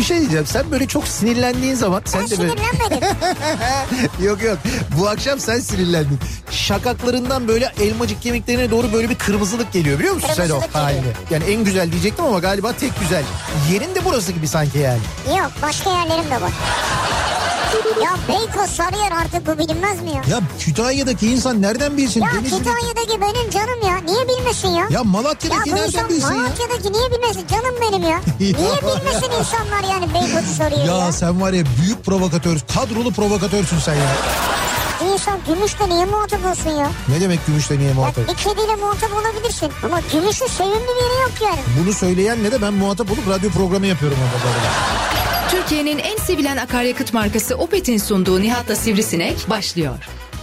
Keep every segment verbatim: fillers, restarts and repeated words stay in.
Bir şey diyeceğim. Sen böyle çok sinirlendiğin zaman... Ben sen de böyle... sinirlenmedim. Yok yok. Bu akşam sen sinirlendin. Şakaklarından böyle elmacık kemiklerine doğru böyle bir kırmızılık geliyor biliyor musun sen o halini? Yani en güzel diyecektim ama galiba tek güzel. Yerin de burası gibi sanki yani. Yok, başka yerlerim de var. Ya Beykoz, Sarıyer, artık bu bilinmez mi ya? Ya Kütahya'daki insan nereden bilsin? Ya Denizli... Kütahya'daki benim canım ya. Niye bilmesin ya? Ya Malatya'daki ya nereden bilsin ya? Malatya'daki niye bilmesin? Canım benim ya. Niye bilmesin insanlar yani Beykoz'u soruyor ya? Ya sen var ya büyük provokatör, kadrolu provokatörsün sen ya. İnsan gümüşle niye muhatap olsun ya? Ne demek gümüşle niye muhatap? Ya bir kediyle muhatap olabilirsin ama gümüşün sevimli bir yeri yok yani. Bunu söyleyen ne de ben muhatap olup radyo programı yapıyorum orada. Türkiye'nin en sevilen akaryakıt markası Opet'in sunduğu Nihat'la Sivrisinek başlıyor.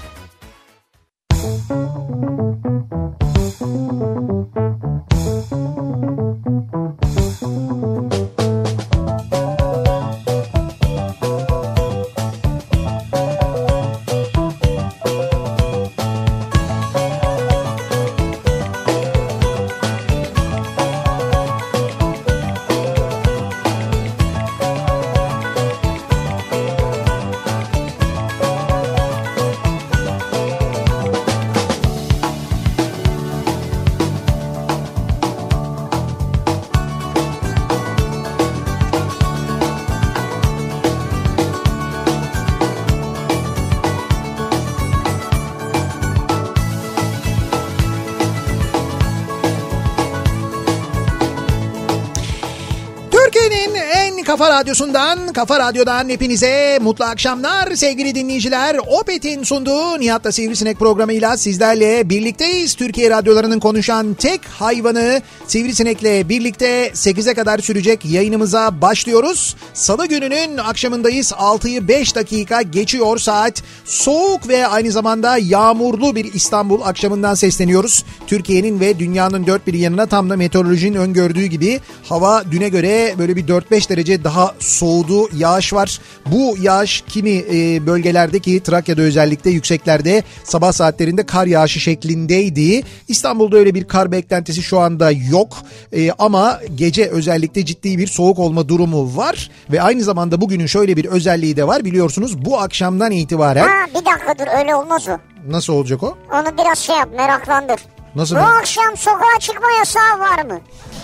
Kafa Radyosu'ndan, Kafa Radyo'dan hepinize mutlu akşamlar sevgili dinleyiciler. Opet'in sunduğu Nihat'la Sivrisinek programıyla sizlerle birlikteyiz. Türkiye radyolarının konuşan tek hayvanı Sivrisinek'le birlikte sekize kadar sürecek yayınımıza başlıyoruz. Salı gününün akşamındayız. altıyı beş dakika geçiyor saat. Soğuk ve aynı zamanda yağmurlu bir İstanbul akşamından sesleniyoruz. Türkiye'nin ve dünyanın dört bir yanına tam da meteorolojinin öngördüğü gibi hava düne göre böyle bir dört beş derece daha soğudu, yağış var. Bu yağış kimi e, bölgelerdeki Trakya'da özellikle yükseklerde sabah saatlerinde kar yağışı şeklindeydi. İstanbul'da öyle bir kar beklentisi şu anda yok e, ama gece özellikle ciddi bir soğuk olma durumu var ve aynı zamanda bugünün şöyle bir özelliği de var biliyorsunuz bu akşamdan itibaren. Ha bir dakika dur, öyle olmaz o. Nasıl olacak o? Onu biraz şey yap, meraklandır. Nasıl? Bu mi? akşam sokağa çıkma yasağı var mı?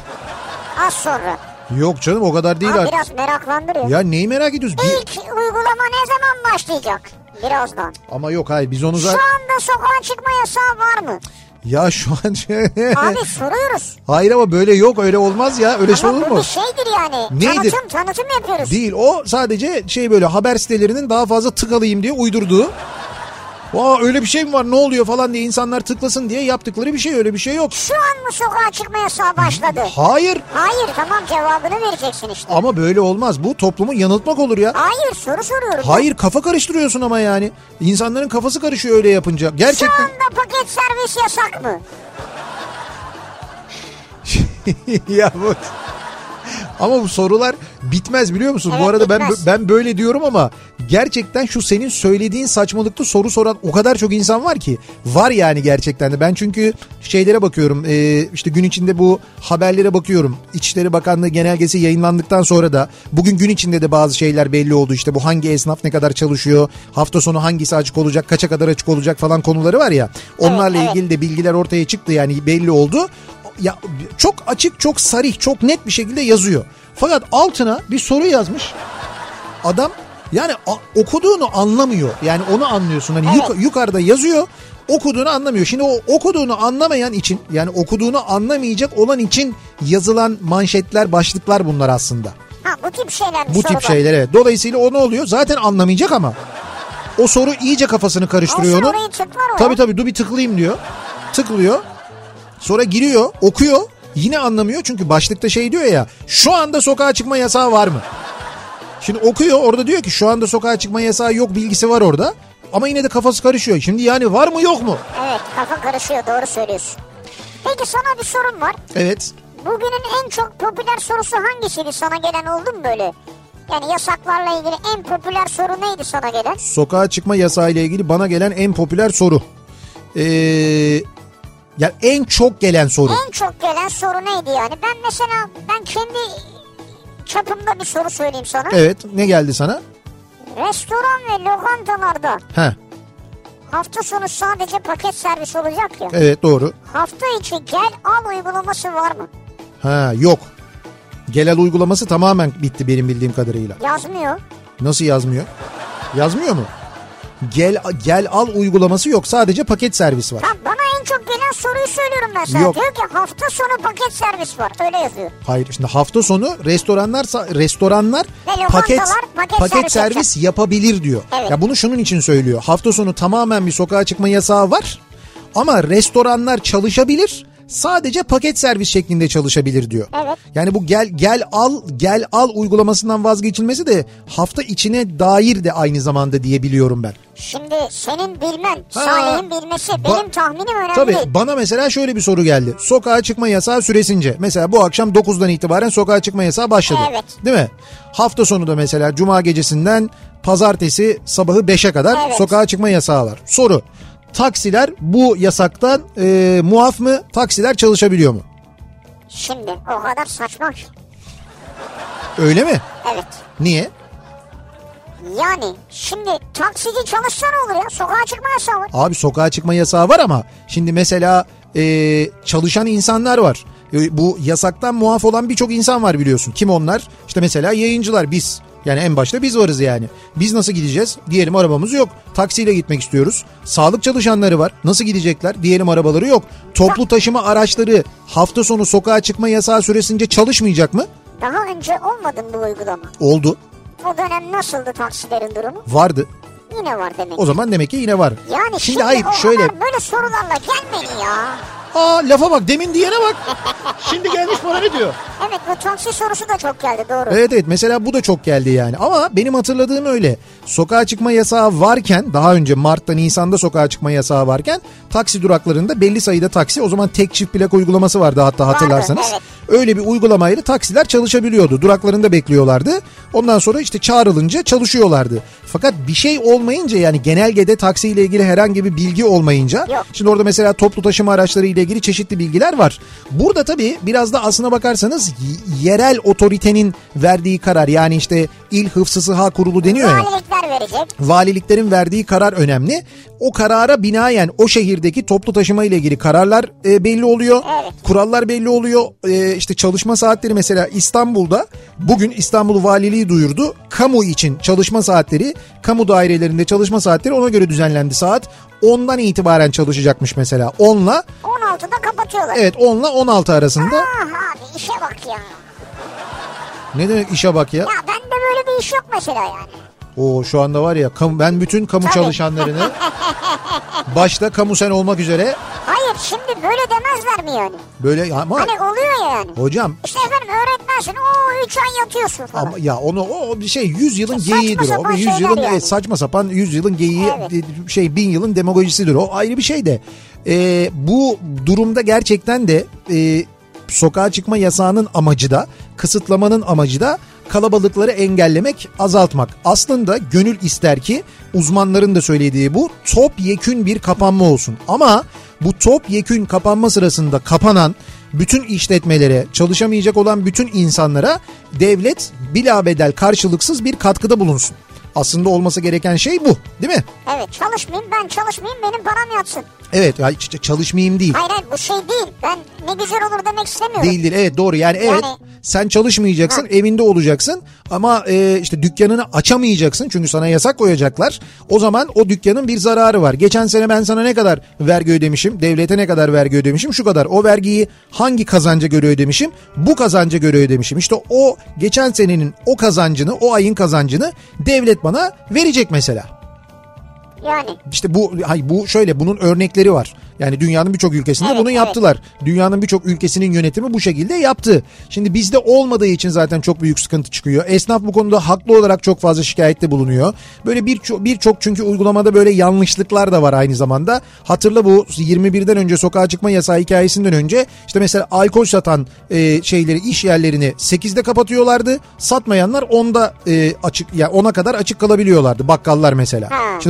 Az sonra. Yok canım o kadar değil. Ha, biraz meraklandırıyor. Ya neyi merak ediyoruz? İlk bir... uygulama ne zaman başlayacak? Birazdan. Ama yok hayır biz onu zaten... Şu anda sokağa çıkma yasağı var mı? Ya şu an... Abi soruyoruz. Hayır ama böyle yok, öyle olmaz ya, öyle şey olur mu? Ama bu bir şeydir yani. Neydir? Tanıtım, tanıtım yapıyoruz. Değil, o sadece şey böyle haber sitelerinin daha fazla tık alayım diye uydurduğu. Aa öyle bir şey mi var, ne oluyor falan diye insanlar tıklasın diye yaptıkları bir şey, öyle bir şey yok. Şu an mı sokağa çıkma yasağı başladı? Hayır. Hayır tamam, cevabını vereceksin işte. Ama böyle olmaz, bu toplumu yanıltmak olur ya. Hayır, soru soruyoruz. Hayır ya. Kafa karıştırıyorsun ama yani. İnsanların kafası karışıyor öyle yapınca. Gerçekten. Şu anda paket servis yasak mı? Ya bu... Ama bu sorular bitmez biliyor musun? Evet, bu arada ben bitmez. ben böyle diyorum ama gerçekten şu senin söylediğin saçmalıkta soru soran o kadar çok insan var ki. Var yani gerçekten de. Ben çünkü şeylere bakıyorum. E, işte gün içinde bu haberlere bakıyorum. İçişleri Bakanlığı genelgesi yayınlandıktan sonra da bugün gün içinde de bazı şeyler belli oldu. İşte bu hangi esnaf ne kadar çalışıyor? Hafta sonu hangisi açık olacak? Kaça kadar açık olacak falan konuları var ya. Onlarla evet, ilgili de bilgiler ortaya çıktı yani belli oldu. Ya çok açık, çok sarih, çok net bir şekilde yazıyor. Fakat altına bir soru yazmış. Adam yani a- okuduğunu anlamıyor. Yani onu anlıyorsun. Hani evet. yuk- yukarıda yazıyor. Okuduğunu anlamıyor. Şimdi o okuduğunu anlamayan için, yani okuduğunu anlamayacak olan için yazılan manşetler, başlıklar bunlar aslında. Ha bu tip şeyler. Bu tip şeyler evet. Dolayısıyla o ne oluyor? Zaten anlamayacak ama o soru iyice kafasını karıştırıyor onun. Tabii tabii dur bir tıklayayım diyor. Tıklıyor. Sonra giriyor, okuyor, yine anlamıyor çünkü başlıkta şey diyor ya, şu anda sokağa çıkma yasağı var mı? Şimdi okuyor, orada diyor ki şu anda sokağa çıkma yasağı yok bilgisi var orada ama yine de kafası karışıyor. Şimdi yani var mı yok mu? Evet, kafa karışıyor, doğru söylüyorsun. Peki sana bir sorum var. Evet. Bugünün en çok popüler sorusu hangisiydi, sana gelen oldu mu böyle? Yani yasaklarla ilgili en popüler soru neydi sana gelen? Sokağa çıkma yasağı ile ilgili bana gelen en popüler soru. Eee... Ya en çok gelen soru. En çok gelen soru neydi yani? Ben mesela ben kendi çapımda bir soru söyleyeyim sana. Evet, ne geldi sana? Restoran ve lokantalarda He. hafta sonu sadece paket servis olacak ya. Evet, doğru. Hafta içi gel al uygulaması var mı? Ha, yok. Gel al uygulaması tamamen bitti benim bildiğim kadarıyla. Yazmıyor. Nasıl yazmıyor? Yazmıyor mu? Gel gel al uygulaması yok. Sadece paket servis var. Tamam, bana en çok gelen soruyu söylüyorum ben sana. Yok. Diyor ki hafta sonu paket servis var. Öyle yazıyor. Hayır, şimdi hafta sonu restoranlar restoranlar Ve paket paket, paket servis, servis yapabilir diyor. Evet. Ya bunu şunun için söylüyor. Hafta sonu tamamen bir sokağa çıkma yasağı var. Ama restoranlar çalışabilir. Sadece paket servis şeklinde çalışabilir diyor. Evet. Yani bu gel gel al gel al uygulamasından vazgeçilmesi de hafta içine dair de aynı zamanda diye biliyorum ben. Şimdi senin bilmen, Ha. Salih'in bilmesi Ba- benim tahminim önemli Tabii değil. bana mesela şöyle bir soru geldi. Sokağa çıkma yasağı süresince mesela bu akşam dokuzdan itibaren sokağa çıkma yasağı başladı. Evet. Değil mi? Hafta sonu da mesela cuma gecesinden pazartesi sabahı beşe kadar Evet. sokağa çıkma yasağı var. Soru: taksiler bu yasaktan e, muaf mı? Taksiler çalışabiliyor mu? Şimdi o kadar saçma ki. Öyle mi? Evet. Niye? Yani şimdi taksici çalışsa ne olur ya? Sokağa çıkma yasağı var. Abi sokağa çıkma yasağı var ama şimdi mesela e, çalışan insanlar var. E, bu yasaktan muaf olan birçok insan var biliyorsun. Kim onlar? İşte mesela yayıncılar, biz. Yani en başta biz varız yani. Biz nasıl gideceğiz? Diyelim arabamız yok. Taksiyle gitmek istiyoruz. Sağlık çalışanları var. Nasıl gidecekler? Diyelim arabaları yok. Toplu taşıma araçları hafta sonu sokağa çıkma yasağı süresince çalışmayacak mı? Daha önce olmadı mı bu uygulama? Oldu. O dönem nasıldı taksilerin durumu? Vardı. Yine var demek. O zaman demek ki yine var. Yani şimdi, şimdi hayır o şöyle. kadar böyle sorularla gelmeyin ya. Aa, lafa bak, demin diyene bak. Şimdi gelmiş bana ne diyor? Evet, bu taksi sorusu da çok geldi, doğru. Evet evet, mesela bu da çok geldi yani. Ama benim hatırladığım öyle. Sokağa çıkma yasağı varken, daha önce Mart'ta Nisan'da sokağa çıkma yasağı varken taksi duraklarında belli sayıda taksi, o zaman tek çift plaka uygulaması vardı hatta, hatırlarsanız. Vardı, evet. Öyle bir uygulamayla taksiler çalışabiliyordu. Duraklarında bekliyorlardı. Ondan sonra işte çağrılınca çalışıyorlardı. Fakat bir şey olmayınca, yani genelgede taksiyle ilgili herhangi bir bilgi olmayınca. Yok. Şimdi orada mesela toplu taşıma araçları ile ilgili çeşitli bilgiler var. Burada tabii biraz da aslına bakarsanız y- yerel otoritenin verdiği karar, yani işte İl Hıfzı Sıha Kurulu deniyor ya. Valilikler verecek. Valiliklerin verdiği karar önemli. O karara binaen o şehirdeki toplu taşıma ile ilgili kararlar e, belli oluyor. Evet. Kurallar belli oluyor. E, işte çalışma saatleri, mesela İstanbul'da bugün İstanbul Valiliği duyurdu. Kamu için çalışma saatleri, kamu dairelerinde çalışma saatleri ona göre düzenlendi. Saat ondan itibaren çalışacakmış mesela. onla on altıda kapatıyorlar. Evet, onla on altı arasında. Ah abi, işe bak ya. Ne demek işe bak ya? Ya bende böyle bir iş yok mesela yani. O şu anda var ya, kamu, ben bütün kamu Tabii. çalışanlarını başta kamu sen olmak üzere Hayır, şimdi böyle demezler mi yani? böyle ama Hani oluyor ya yani. hocam İşte efendim öğretmensin, o üç ay yatıyorsun falan. ama ya onu o bir şey yüz yılın Saçma geyiğidir o. sapan Bir yüz şeyler yılın yani. evet, saçma sapan yüz yılın geyiği, Evet. şey bin yılın demagojisidir o, ayrı bir şey de. Ee, bu durumda gerçekten de e, sokağa çıkma yasağının amacı da, kısıtlamanın amacı da kalabalıkları engellemek, azaltmak. Aslında gönül ister ki, uzmanların da söylediği bu, topyekün bir kapanma olsun. Ama bu topyekün kapanma sırasında kapanan bütün işletmelere, çalışamayacak olan bütün insanlara devlet bilabedel karşılıksız bir katkıda bulunsun. Aslında olması gereken şey bu, değil mi? Evet, çalışmayayım, ben çalışmayayım, benim param yatsın. Evet, ya işte çalışmayayım değil. Hayır hayır, bu şey değil. Ben ne güzel olur demek istemiyorum. Değil değil, evet doğru, yani evet, Yani- sen çalışmayacaksın, Ha. evinde olacaksın ama e, işte dükkanını açamayacaksın çünkü sana yasak koyacaklar. O zaman o dükkanın bir zararı var. Geçen sene ben sana ne kadar vergi ödemişim, devlete ne kadar vergi ödemişim, şu kadar. O vergiyi hangi kazanca göre ödemişim, bu kazanca göre ödemişim. İşte o geçen senenin o kazancını, o ayın kazancını devlet bana verecek mesela. Yani İşte bu hay bu şöyle, bunun örnekleri var. Yani dünyanın birçok ülkesinde Evet, bunu evet. yaptılar. Dünyanın birçok ülkesinin yönetimi bu şekilde yaptı. Şimdi bizde olmadığı için zaten çok büyük sıkıntı çıkıyor. Esnaf bu konuda haklı olarak çok fazla şikayette bulunuyor. Böyle birçok birçok çünkü uygulamada böyle yanlışlıklar da var aynı zamanda. Hatırla, bu yirmi birden önce sokağa çıkma yasağı hikayesinden önce işte mesela alkol satan e, şeyleri, iş yerlerini sekizde kapatıyorlardı. Satmayanlar onda e, açık, ya yani ona kadar açık kalabiliyorlardı. Bakkallar mesela. Ha. Şimdi bakkal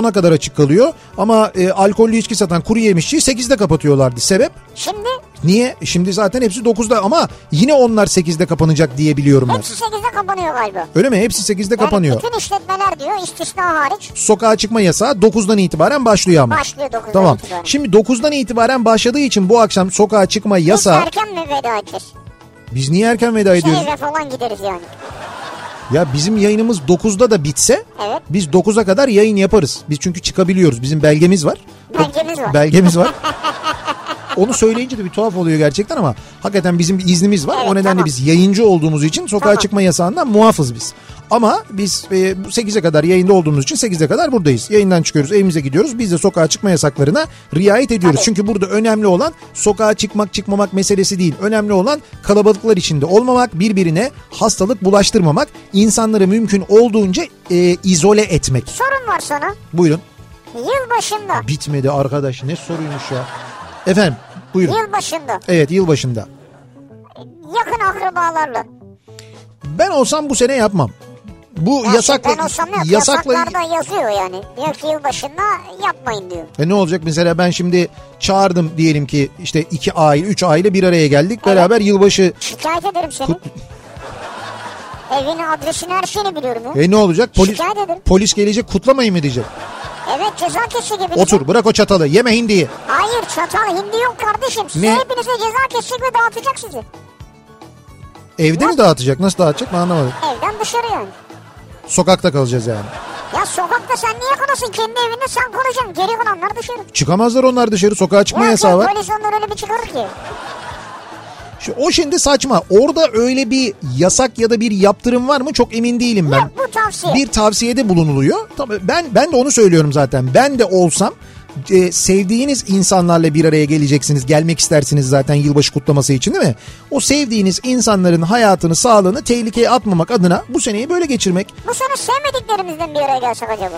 ona kadar açık kalıyor. Ama e, alkollü içki satan kuru yemişçiyi sekizde kapatıyorlardı. Sebep? Şimdi? Niye? Şimdi zaten hepsi dokuzda ama yine onlar sekizde kapanacak diye biliyorum ben. Hepsi sekizde kapanıyor galiba. Öyle mi? Hepsi sekizde yani kapanıyor. Bütün işletmeler diyor, istisna hariç. Sokağa çıkma yasağı dokuzdan itibaren başlıyor ama. Başlıyor dokuzdan tamam. itibaren. Şimdi dokuzdan itibaren başladığı için bu akşam sokağa çıkma yasağı... Biz erken mi veda edeceğiz? Biz niye erken veda ediyoruz? Eve falan gideriz yani. Ya bizim yayınımız dokuzda da bitse evet. biz dokuza kadar yayın yaparız. Biz çünkü çıkabiliyoruz. Bizim belgemiz var. Belgemiz var. Belgemiz var. Onu söyleyince de bir tuhaf oluyor gerçekten ama hakikaten bizim bir iznimiz var. Evet, o nedenle tamam. biz yayıncı olduğumuz için sokağa tamam. çıkma yasağından muafız biz. Ama biz e, sekize kadar yayında olduğumuz için sekize kadar buradayız. Yayından çıkıyoruz, evimize gidiyoruz. Biz de sokağa çıkma yasaklarına riayet ediyoruz. Tabii. Çünkü burada önemli olan sokağa çıkmak çıkmamak meselesi değil. Önemli olan kalabalıklar içinde olmamak, birbirine hastalık bulaştırmamak, insanları mümkün olduğunca e, izole etmek. Sorun var sana. Buyurun. Yıl başında. Bitmedi arkadaş, ne soruymuş ya. Efendim buyurun. Yıl başında. Evet, yıl başında. Yakın akrabalarla. Ben olsam bu sene yapmam. Bu ya yasakla, ben olsam yok. yasakla... Yasaklarda yazıyor yani. Diyor ki yıl başında yapmayın diyor. E ne olacak mesela, ben şimdi çağırdım diyelim ki işte iki aile, üç aile bir araya geldik. Evet. Beraber yılbaşı... Şikayet ederim seni. Kut... Evini, adresini, her şeyini biliyorum ya. E ne olacak? Polis, Şikayet ederim. Polis gelecek, kutlamayın mı diyecek? Evet, ceza kesecek hepinize. Otur, bırak o çatalı, yeme hindiyi. Hayır, çatal hindi yok kardeşim. Size ne? Hepinize ceza kesecek ve dağıtacak sizi. Evde ya. mi dağıtacak? Nasıl dağıtacak ben anlamadım. Evden dışarı yani. Sokakta kalacağız yani. Ya sokakta sen niye kalasın? Kendi evinde sen kalacaksın. Geri kalanlar dışarı. Çıkamazlar onlar dışarı. Sokağa çıkma ya yasağı var. Polis onları öyle bir çıkarır ki. Şu, o şimdi saçma. Orada öyle bir yasak ya da bir yaptırım var mı çok emin değilim ben. Yok, bu tavsiye. Bir tavsiyede bulunuluyor. Tabii ben ben de onu söylüyorum zaten. Ben de olsam e, sevdiğiniz insanlarla bir araya geleceksiniz. Gelmek istersiniz zaten yılbaşı kutlaması için, değil mi? O sevdiğiniz insanların hayatını, sağlığını tehlikeye atmamak adına bu seneyi böyle geçirmek. Bu sene sevmediklerimizden bir araya gelsek acaba?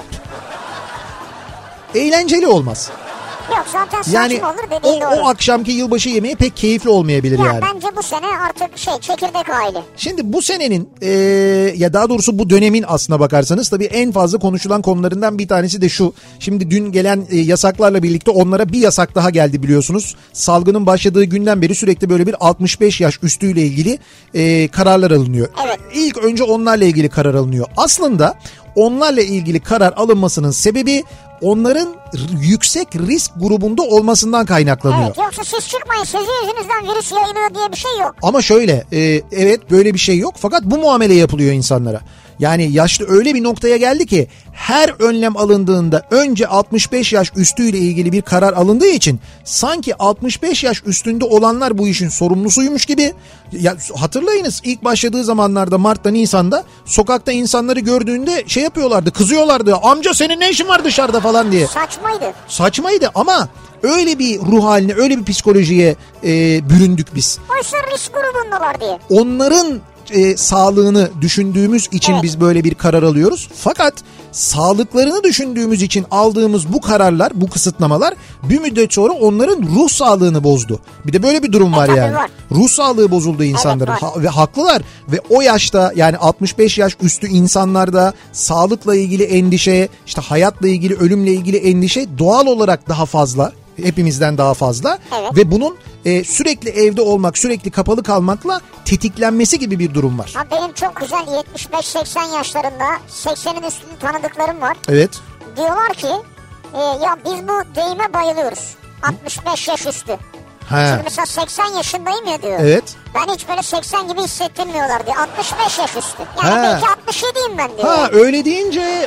Eğlenceli olmaz. Yok zaten saçma yani olur dediğin o, doğru. o akşamki yılbaşı yemeği pek keyifli olmayabilir ya yani. Bence bu sene artık şey çekirdek aile. Şimdi bu senenin e, ya daha doğrusu bu dönemin aslına bakarsanız tabii en fazla konuşulan konularından bir tanesi de şu. Şimdi dün gelen e, yasaklarla birlikte onlara bir yasak daha geldi biliyorsunuz. Salgının başladığı günden beri sürekli böyle bir altmış beş yaş üstüyle ilgili e, kararlar alınıyor. Evet. İlk önce onlarla ilgili karar alınıyor. Aslında onlarla ilgili karar alınmasının sebebi onların yüksek risk grubunda olmasından kaynaklanıyor. Evet, yoksa siz çıkmayın, sizin yüzünüzden virüs yayılıyor diye bir şey yok. Ama şöyle e, evet böyle bir şey yok fakat bu muamele yapılıyor insanlara. Yani yaşlı öyle bir noktaya geldi ki her önlem alındığında önce altmış beş yaş üstüyle ilgili bir karar alındığı için sanki altmış beş yaş üstünde olanlar bu işin sorumlusuymuş gibi. Ya hatırlayınız ilk başladığı zamanlarda Mart'ta, Nisan'da sokakta insanları gördüğünde şey yapıyorlardı, kızıyorlardı. Amca senin ne işin var dışarıda falan diye. Saçmaydı. Saçmaydı ama öyle bir ruh haline, öyle bir psikolojiye e, büründük biz. Oysa risk grubundalar diye. Onların e, sağlığını düşündüğümüz için evet. biz böyle bir karar alıyoruz. Fakat sağlıklarını düşündüğümüz için aldığımız bu kararlar, bu kısıtlamalar bir müddet sonra onların ruh sağlığını bozdu. Bir de böyle bir durum var evet, yani. Var. Ruh sağlığı bozuldu insanların evet, ha, ve haklılar. Ve o yaşta yani altmış beş yaş üstü insanlarda sağlıkla ilgili endişe, işte hayatla ilgili, ölümle ilgili endişe doğal olarak daha fazla. Hepimizden daha fazla evet. ve bunun e, sürekli evde olmak, sürekli kapalı kalmakla tetiklenmesi gibi bir durum var. Ha, benim çok güzel yetmiş beş seksen yaşlarında, seksenin üstünde tanıdıklarım var. Evet. Diyorlar ki e, ya biz bu deyime bayılıyoruz. altmış beş yaş üstü. He. Şimdi mesela seksen yaşındayım ya diyor. Evet. Ben hiç böyle seksen gibi hissettirmiyorlar diyor. altmış beş yaş üstü. Yani He. belki altmış yediyim ben diyor. Ha öyle deyince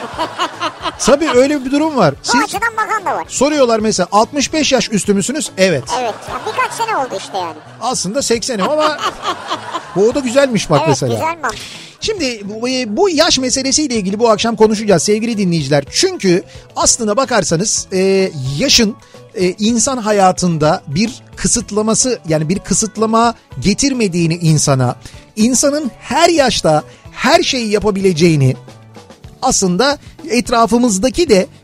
tabii öyle bir durum var. Bu açıdan bakan da var. Soruyorlar mesela altmış beş yaş üstü müsünüz? Evet. Evet. Yani birkaç sene oldu işte yani. Aslında seksenim ama bu o da güzelmiş bak evet, mesela. Evet güzel bak. Şimdi bu yaş meselesiyle ilgili bu akşam konuşacağız sevgili dinleyiciler. Çünkü aslına bakarsanız e, yaşın e, insan hayatında bir kısıtlaması, yani bir kısıtlama getirmediğini insana, insanın her yaşta her şeyi yapabileceğini, aslında etrafımızdaki de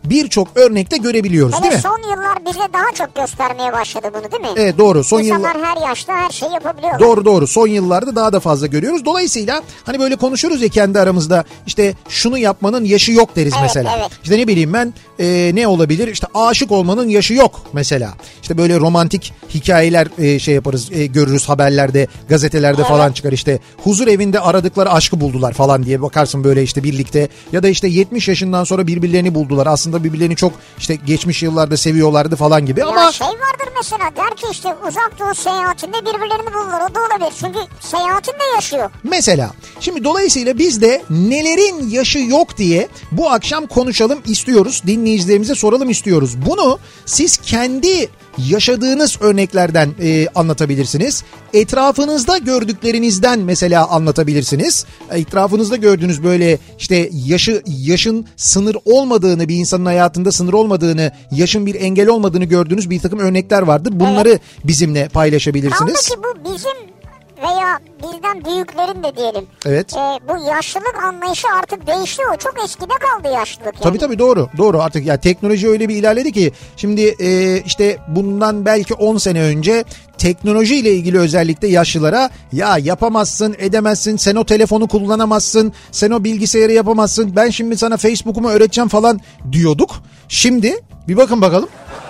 birçok örnekte görebiliyoruz Hele değil mi? son yıllar bize daha çok göstermeye başladı bunu değil mi? Evet doğru. Son İnsanlar yıllar... her yaşta her şeyi yapabiliyorlar. Doğru doğru. Son yıllarda daha da fazla görüyoruz. Dolayısıyla hani böyle konuşuruz ya kendi aramızda, işte şunu yapmanın yaşı yok deriz evet, mesela. Evet. İşte ne bileyim ben e, ne olabilir? İşte aşık olmanın yaşı yok mesela. İşte böyle romantik hikayeler e, şey yaparız, e, görürüz haberlerde, gazetelerde evet. falan çıkar. İşte huzur evinde aradıkları aşkı buldular falan diye bakarsın böyle işte birlikte. Ya da işte yetmiş yaşından sonra birbirlerini buldular. Aslında birbirlerini çok işte geçmiş yıllarda seviyorlardı falan gibi ya ama... şey vardır mesela, der ki işte uzak doğu seyahatinde birbirlerini bulurlar, o da olabilir. Çünkü seyahatinde yaşıyor. Mesela şimdi dolayısıyla biz de nelerin yaşı yok diye bu akşam konuşalım istiyoruz. Dinleyicilerimize soralım istiyoruz. Bunu siz kendi yaşadığınız örneklerden e, anlatabilirsiniz. Etrafınızda gördüklerinizden mesela anlatabilirsiniz. Etrafınızda gördüğünüz böyle işte yaşı yaşın sınır olmadığını, bir insanın hayatında sınır olmadığını, yaşın bir engel olmadığını gördüğünüz bir takım örnekler vardır. Bunları evet. bizimle paylaşabilirsiniz. Kaldı ki bu bizim veya bizden büyüklerin de diyelim. Evet. E, bu yaşlılık anlayışı artık değişti, o çok eskide kaldı yaşlılık. Yani. Tabii tabii doğru doğru artık ya teknoloji öyle bir ilerledi ki şimdi e, işte bundan belki on sene önce teknolojiyle ilgili özellikle yaşlılara ya yapamazsın edemezsin, sen o telefonu kullanamazsın, sen o bilgisayarı yapamazsın, ben şimdi sana Facebook'umu öğreteceğim falan diyorduk. Şimdi bir bakın bakalım.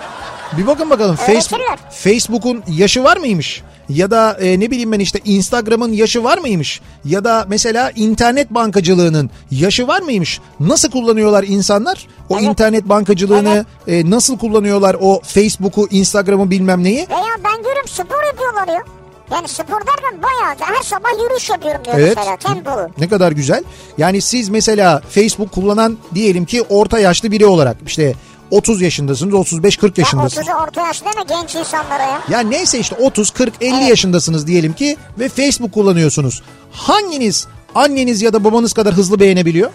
Bir bakın bakalım Facebook, Facebook'un yaşı var mıymış? Ya da e, ne bileyim ben işte Instagram'ın yaşı var mıymış? Ya da mesela internet bankacılığının yaşı var mıymış? Nasıl kullanıyorlar insanlar? O evet. internet bankacılığını evet. e, nasıl kullanıyorlar, o Facebook'u, Instagram'ı bilmem neyi? Veya ben görüyorum spor yapıyorlar ya. Yani spor derken bayağı her sabah yürüyüş yapıyorum diyor evet. mesela, tempolu. Ne kadar güzel. Yani siz mesela Facebook kullanan diyelim ki orta yaşlı biri olarak işte otuz yaşındasınız, otuz beş kırk yaşındasınız. Ya otuzu orta yaş deme genç insanlara ya. Ya neyse işte otuz kırk elli evet. yaşındasınız diyelim ki ve Facebook kullanıyorsunuz. Hanginiz anneniz ya da babanız kadar hızlı beğenebiliyor?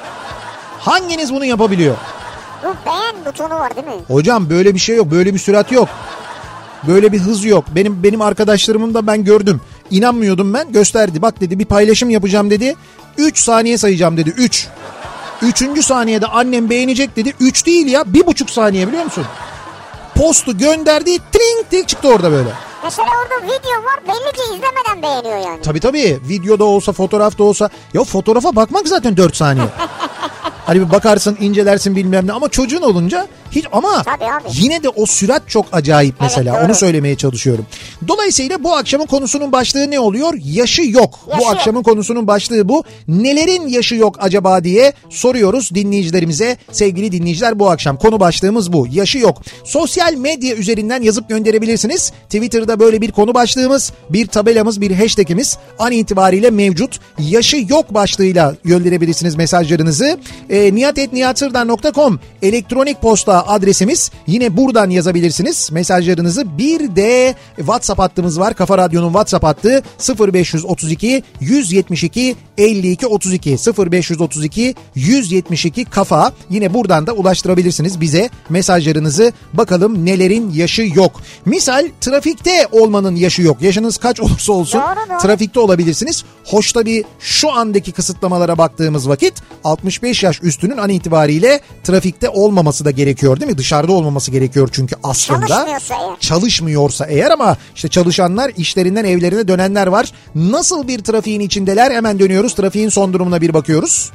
Hanginiz bunu yapabiliyor? Bu beğen butonu var değil mi? Hocam böyle bir şey yok, böyle bir sürat yok. Böyle bir hız yok. Benim benim arkadaşlarımın da ben gördüm. İnanmıyordum ben, gösterdi. Bak dedi bir paylaşım yapacağım dedi. üç saniye sayacağım dedi. üç. Üçüncü saniyede annem beğenecek dedi. Üç değil ya, bir buçuk saniye biliyor musun? Postu gönderdi, tring diye çıktı orada böyle. Mesela orada video var, belli ki izlemeden beğeniyor yani. Tabii tabii, videoda olsa fotoğrafta olsa. Ya fotoğrafa bakmak zaten dört saniye. Hani bir bakarsın, incelersin bilmem ne, ama çocuğun olunca hiç, ama yine de o sürat çok acayip mesela, evet, onu söylemeye çalışıyorum. Dolayısıyla bu akşamın konusunun başlığı ne oluyor? Yaşı yok. Yaşı bu akşamın yok. Konusunun başlığı bu. Nelerin yaşı yok acaba diye soruyoruz dinleyicilerimize. Sevgili dinleyiciler, bu akşam konu başlığımız bu. Yaşı yok. Sosyal medya üzerinden yazıp gönderebilirsiniz. Twitter'da böyle bir konu başlığımız, bir tabelamız, bir hashtagimiz an itibariyle mevcut. Yaşı yok başlığıyla gönderebilirsiniz mesajlarınızı. E, nihat et nihat sırdar nokta com elektronik posta adresimiz. Yine buradan yazabilirsiniz mesajlarınızı. Bir de WhatsApp hattımız var. Kafa Radyo'nun WhatsApp hattı sıfır beş otuz iki yüz yetmiş iki elli iki otuz iki sıfır beş otuz iki yüz yetmiş iki kafa. Yine buradan da ulaştırabilirsiniz bize mesajlarınızı. Bakalım nelerin yaşı yok. Misal trafikte olmanın yaşı yok. Yaşınız kaç olursa olsun doğru, doğru. trafikte olabilirsiniz. Hoş tabii şu andaki kısıtlamalara baktığımız vakit altmış beş yaş üstünün an itibariyle trafikte olmaması da gerekiyor değil mi? Dışarıda olmaması gerekiyor çünkü aslında. Çalışmıyorsa eğer. Çalışmıyorsa eğer, ama işte çalışanlar, işlerinden evlerine dönenler var. Nasıl bir trafiğin içindeler? Hemen dönüyoruz. Trafiğin son durumuna bir bakıyoruz.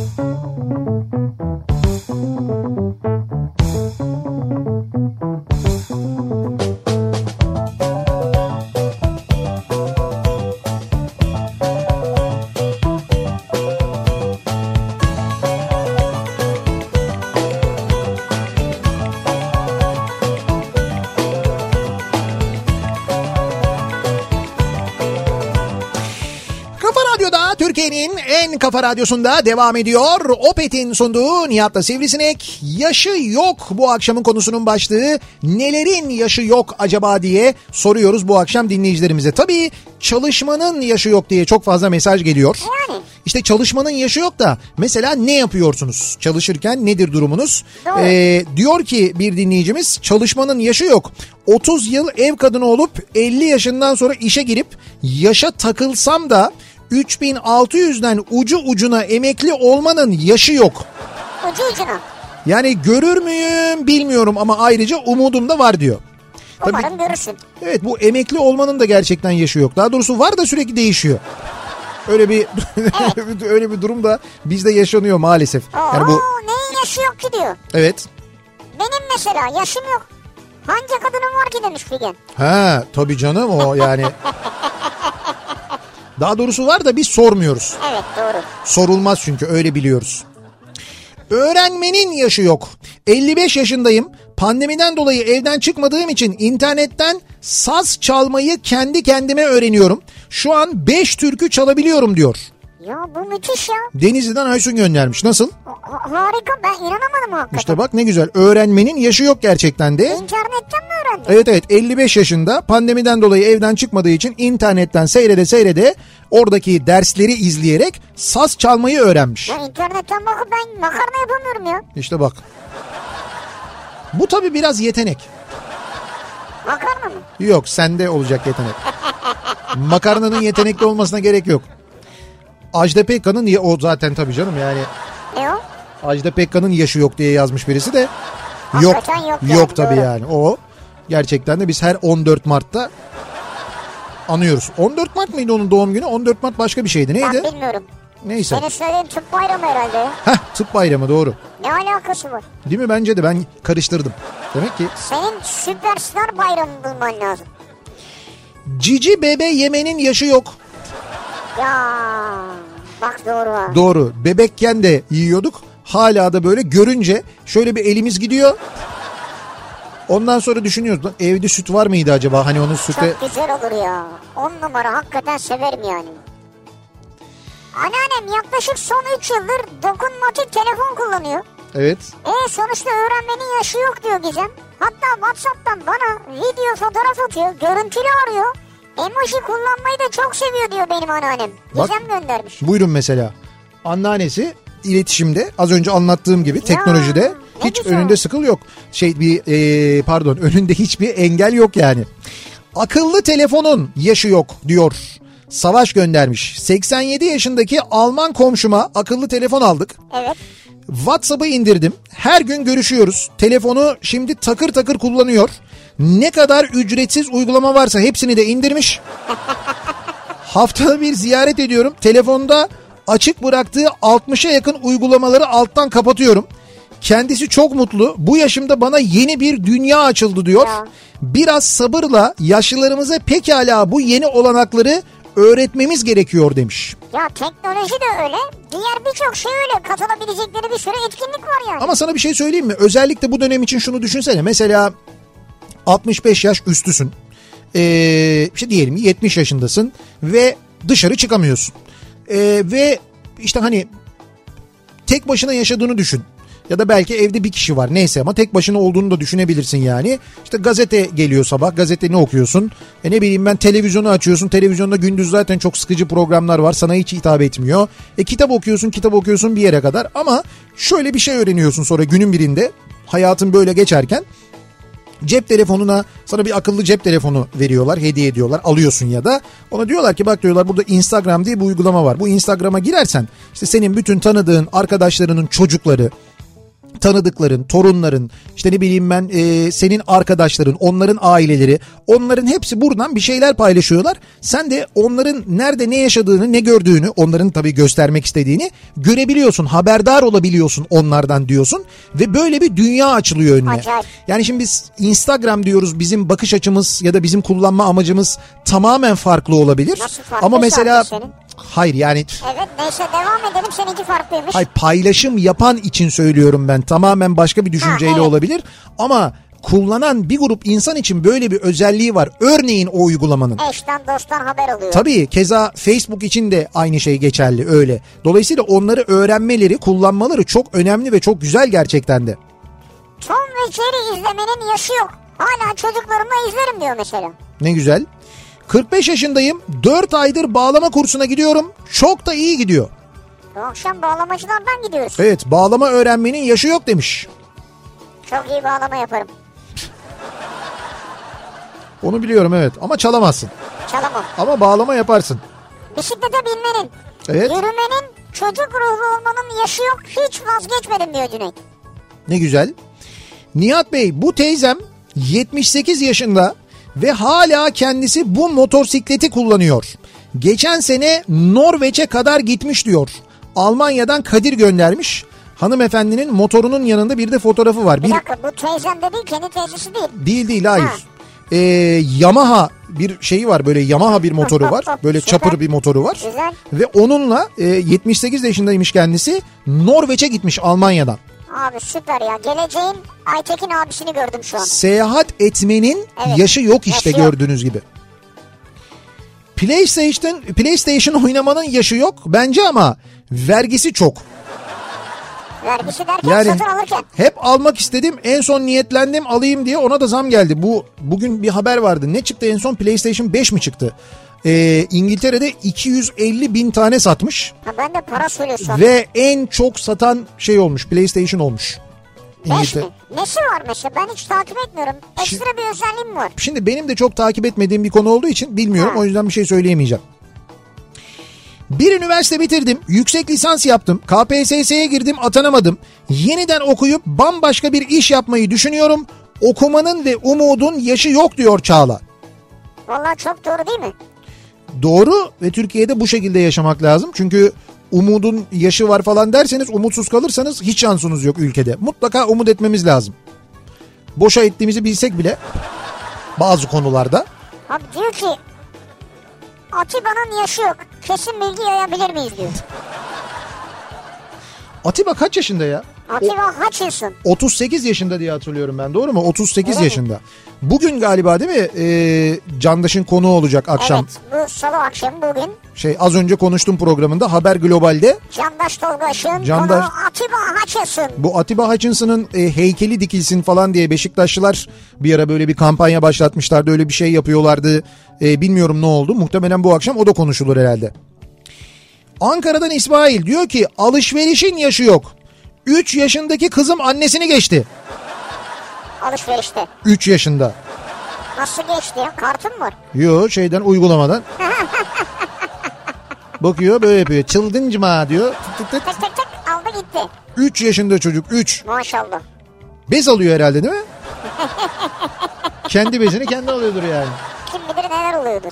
Türkiye'nin en kafa radyosunda devam ediyor. Opet'in sunduğu Nihat'la Sivrisinek. Yaşı yok bu akşamın konusunun başlığı. Nelerin yaşı yok acaba diye soruyoruz bu akşam dinleyicilerimize. Tabii çalışmanın yaşı yok diye çok fazla mesaj geliyor. Yani. İşte çalışmanın yaşı yok da mesela ne yapıyorsunuz? Çalışırken nedir durumunuz? Ee, diyor ki bir dinleyicimiz, çalışmanın yaşı yok. otuz yıl ev kadını olup elli yaşından sonra işe girip yaşa takılsam da üç bin altı yüzden ucu ucuna emekli olmanın yaşı yok. Ucu ucuna. Yani görür müyüm bilmiyorum ama ayrıca umudum da var diyor. Umarım Tabii, görürsün. evet, bu emekli olmanın da gerçekten yaşı yok. Daha doğrusu var da sürekli değişiyor. Öyle bir evet. öyle bir durum da bizde yaşanıyor maalesef. Oo, yani bu neyin yaşı yok ki diyor. Evet. Benim mesela yaşım yok. Hangi kadının var ki demiş Figen. Ha tabii canım o yani. Daha doğrusu var da biz sormuyoruz. Evet doğru. Sorulmaz çünkü öyle biliyoruz. Öğrenmenin yaşı yok. elli beş yaşındayım. Pandemiden dolayı evden çıkmadığım için internetten saz çalmayı kendi kendime öğreniyorum. Şu an beş türkü çalabiliyorum diyor. Ya bu müthiş ya. Denizli'den Aysun göndermiş. Nasıl? Ha- harika, ben inanamadım hakikaten. İşte bak ne güzel. Öğrenmenin yaşı yok gerçekten de. İnternetten mi öğrendin? Evet evet, elli beş yaşında, pandemiden dolayı evden çıkmadığı için internetten seyrede seyrede oradaki dersleri izleyerek saz çalmayı öğrenmiş. Ya internetten bakıp ben makarna yapamıyorum ya. İşte bak. Bu tabii biraz yetenek. Makarna mı? Yok, sende olacak yetenek. Makarnanın yetenekli olmasına gerek yok. Ajda Pekkan'ın ya o zaten tabii canım yani. Ne o? Ajda Pekkan'ın yaşı yok diye yazmış birisi de. Yok. Hakikaten yok Yok, yani, yok tabii doğru. yani. O gerçekten de biz her on dört Mart'ta anıyoruz. on dört Mart mıydı onun doğum günü? on dört Mart başka bir şeydi. Neydi? Ben bilmiyorum. Neyse. Senin söylediğin tıp bayramı herhalde ya. Heh, tıp bayramı doğru. Ne alakası var? Değil mi? Bence de ben karıştırdım. Demek ki Senin süperstar bayramı bulman lazım. cici bebe yemenin yaşı yok. Ya bak doğru ha. Doğru. Bebekken de yiyorduk. Hala da böyle görünce şöyle bir elimiz gidiyor. Ondan sonra düşünüyoruz. Lan evde süt var mıydı acaba? Hani onun süte... Çok güzel olur ya. On numara, hakikaten severim yani. Anneannem yaklaşık son üç yıldır dokunmatik telefon kullanıyor. Evet. E sonuçta öğrenmenin yaşı yok diyor Gizem. Hatta WhatsApp'tan bana video fotoğraf atıyor. Görüntülü arıyor. Emoji kullanmayı da çok seviyor diyor benim anneannem. Bak, Gizem göndermiş. Buyurun mesela. Anneannesi iletişimde, az önce anlattığım gibi teknolojide Ya, hiç güzel. önünde sıkıl yok. Şey bir e, pardon önünde hiçbir engel yok yani. Akıllı telefonun yaşı yok diyor. Savaş göndermiş. seksen yedi yaşındaki Alman komşuma akıllı telefon aldık. Evet. WhatsApp'ı indirdim. Her gün görüşüyoruz. Telefonu şimdi takır takır kullanıyor. Ne kadar ücretsiz uygulama varsa hepsini de indirmiş. Haftada bir ziyaret ediyorum. Telefonda açık bıraktığı altmışa yakın uygulamaları alttan kapatıyorum. Kendisi çok mutlu. Bu yaşımda bana yeni bir dünya açıldı diyor. Ya. Biraz sabırla yaşlılarımıza pekala bu yeni olanakları öğretmemiz gerekiyor demiş. Ya teknoloji de öyle. Diğer birçok şey öyle. Katılabilecekleri bir sürü etkinlik var yani. Ama sana bir şey söyleyeyim mi? Özellikle bu dönem için şunu düşünsene. Mesela altmış beş yaş üstüsün. Ee, işte diyelim yetmiş yaşındasın ve dışarı çıkamıyorsun. Ee, ve işte hani tek başına yaşadığını düşün. Ya da belki evde bir kişi var neyse ama tek başına olduğunu da düşünebilirsin yani. İşte gazete geliyor sabah, gazete ne okuyorsun? E ne bileyim ben, televizyonu açıyorsun. Televizyonda gündüz zaten çok sıkıcı programlar var, sana hiç hitap etmiyor. E kitap okuyorsun kitap okuyorsun bir yere kadar ama şöyle bir şey öğreniyorsun sonra günün birinde, hayatın böyle geçerken. Cep telefonuna sana bir akıllı cep telefonu veriyorlar, hediye ediyorlar, alıyorsun ya da ona diyorlar ki bak diyorlar burada Instagram diye bir uygulama var. Bu Instagram'a girersen işte senin bütün tanıdığın arkadaşlarının çocukları, tanıdıkların, torunların, işte ne bileyim ben e, senin arkadaşların, onların aileleri, onların hepsi buradan bir şeyler paylaşıyorlar. Sen de onların nerede ne yaşadığını, ne gördüğünü, onların tabii göstermek istediğini görebiliyorsun, haberdar olabiliyorsun onlardan diyorsun ve böyle bir dünya açılıyor önüne. Acayip. Yani şimdi biz Instagram diyoruz, bizim bakış açımız ya da bizim kullanma amacımız tamamen farklı olabilir. Nasıl farklı? Ama mesela Senin? hayır yani Evet neyse devam edelim, seninki farklıymış. hayır, paylaşım yapan için söylüyorum ben. Tamamen başka bir düşünceyle Ha, evet. olabilir. Ama kullanan bir grup insan için böyle bir özelliği var. Örneğin o uygulamanın. Eşten dosttan haber oluyor. Tabii keza Facebook için de aynı şey geçerli öyle. Dolayısıyla onları öğrenmeleri, kullanmaları çok önemli ve çok güzel gerçekten de. Tom ve Jerry izlemenin yaşı yok. Hala çocuklarımla izlerim diyor mesela. Ne güzel. kırk beş yaşındayım. dört aydır bağlama kursuna gidiyorum. Çok da iyi gidiyor. Bu akşam bağlamacılardan gidiyoruz. Evet, bağlama öğrenmenin yaşı yok demiş. Çok iyi bağlama yaparım. Onu biliyorum evet ama çalamazsın. Çalamam. Ama bağlama yaparsın. Bisiklete binmenin, Evet. yürümenin, çocuk ruhlu olmanın yaşı yok. Hiç vazgeçmedim diyor Cüneyt. Ne güzel. Nihat Bey, bu teyzem yetmiş sekiz yaşında ve hala kendisi bu motosikleti kullanıyor. Geçen sene Norveç'e kadar gitmiş diyor. Almanya'dan Kadir göndermiş. Hanımefendinin motorunun yanında bir de fotoğrafı var. Bir, bir dakika, bu teyzem de değil, kendi teyzesi değil. Değil değil hayır. Ha. Ee, Yamaha bir şeyi var, böyle Yamaha bir motoru var. Böyle Süper. chopper bir motoru var. Güzel. Ve onunla e, yetmiş sekiz yaşındaymış kendisi, Norveç'e gitmiş Almanya'dan. Abi süper ya. Geleceğin Aytekin abisini gördüm şu an. Seyahat etmenin Evet. yaşı yok işte, Yaşı yok. gördüğünüz gibi. PlayStation PlayStation oynamanın yaşı yok bence ama vergisi çok. Vergisi derken Yani satın alırken. hep almak istedim, en son niyetlendim alayım diye, ona da zam geldi. Bu bugün bir haber vardı. Ne çıktı en son? PlayStation beş mi çıktı? Ee, İngiltere'de iki yüz elli bin tane satmış. Ha, ben de para söylüyorsun. Ve en çok satan şey olmuş, PlayStation olmuş. Beş mi? İngiltere. Nesi var mesela? Ben hiç takip etmiyorum. Ekstra bir özelliği mi var? Şimdi benim de çok takip etmediğim bir konu olduğu için bilmiyorum. Ha. O yüzden bir şey söyleyemeyeceğim. Bir üniversite bitirdim, yüksek lisans yaptım, K P S S'ye girdim, atanamadım. Yeniden okuyup bambaşka bir iş yapmayı düşünüyorum. Okumanın ve umudun yaşı yok diyor Çağla. Vallahi çok doğru değil mi? Doğru ve Türkiye'de bu şekilde yaşamak lazım. Çünkü umudun yaşı var falan derseniz, umutsuz kalırsanız hiç şansınız yok ülkede. Mutlaka umut etmemiz lazım. Boşa ettiğimizi bilsek bile bazı konularda. Abi diyor ki Atiba'nın yaşı yok. Kesin bilgi yayabilir miyiz diyor. Atiba kaç yaşında ya? Atiba Hutchinson. otuz sekiz yaşında diye hatırlıyorum ben, doğru mu? otuz sekiz Öyle yaşında. Mi? Bugün galiba değil mi? Ee, Candaş'ın konuğu olacak akşam. Evet, bu salı akşamı bugün. Şey, az önce konuştum programında Haber Global'de. Candaş Tolga Işık'ın Candaş- konuğu Atiba Hutchinson. Bu Atiba Hutchinson'ın e, heykeli dikilsin falan diye Beşiktaşlılar bir ara böyle bir kampanya başlatmışlardı. Öyle bir şey yapıyorlardı. E, bilmiyorum ne oldu. Muhtemelen bu akşam o da konuşulur herhalde. Ankara'dan İsmail diyor ki alışverişin yaşı yok. üç yaşındaki kızım annesini geçti. Alışverişte. üç yaşında. Nasıl geçti ya? Kartın mı var? Yo, şeyden, uygulamadan. Bakıyor böyle yapıyor. Çıldıncıma diyor. Tık tık tık. Tek tek tek aldı gitti. üç yaşında çocuk, üç. Maşallah. Bez alıyor herhalde değil mi? Kendi bezini kendi alıyordur yani. Kim bilir neler oluyordur.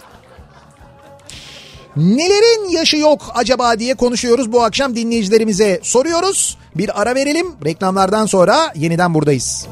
Nelerin yaşı yok acaba diye konuşuyoruz bu akşam, dinleyicilerimize soruyoruz. Bir ara verelim, reklamlardan sonra yeniden buradayız.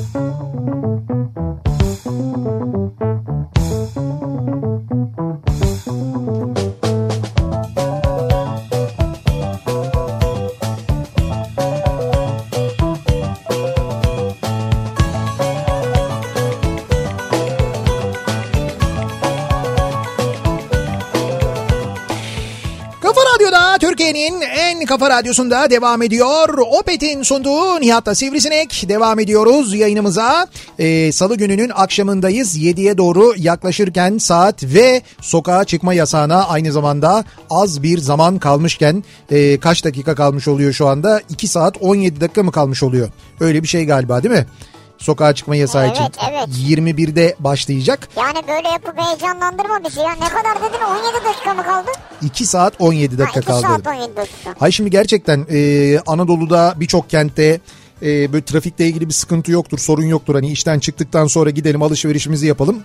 Türkiye'nin en kafa radyosunda devam ediyor. Opet'in sunduğu Nihat'la Sivrisinek. Devam ediyoruz yayınımıza. Ee, Salı gününün akşamındayız. yediye doğru yaklaşırken saat ve sokağa çıkma yasağına aynı zamanda az bir zaman kalmışken e, kaç dakika kalmış oluyor şu anda? iki saat on yedi dakika mı kalmış oluyor? Öyle bir şey galiba değil mi? Sokağa çıkma yasağı evet, için. Evet. yirmi birde başlayacak. Yani böyle yapıp heyecanlandırma bizi ya. Ne kadar dedin? on yedi dakika mı kaldı? iki saat on yedi dakika ha, kaldı. iki saat on yedi dakika. Hayır, şimdi gerçekten e, Anadolu'da birçok kentte e, böyle trafikle ilgili bir sıkıntı yoktur, sorun yoktur. Hani işten çıktıktan sonra gidelim alışverişimizi yapalım.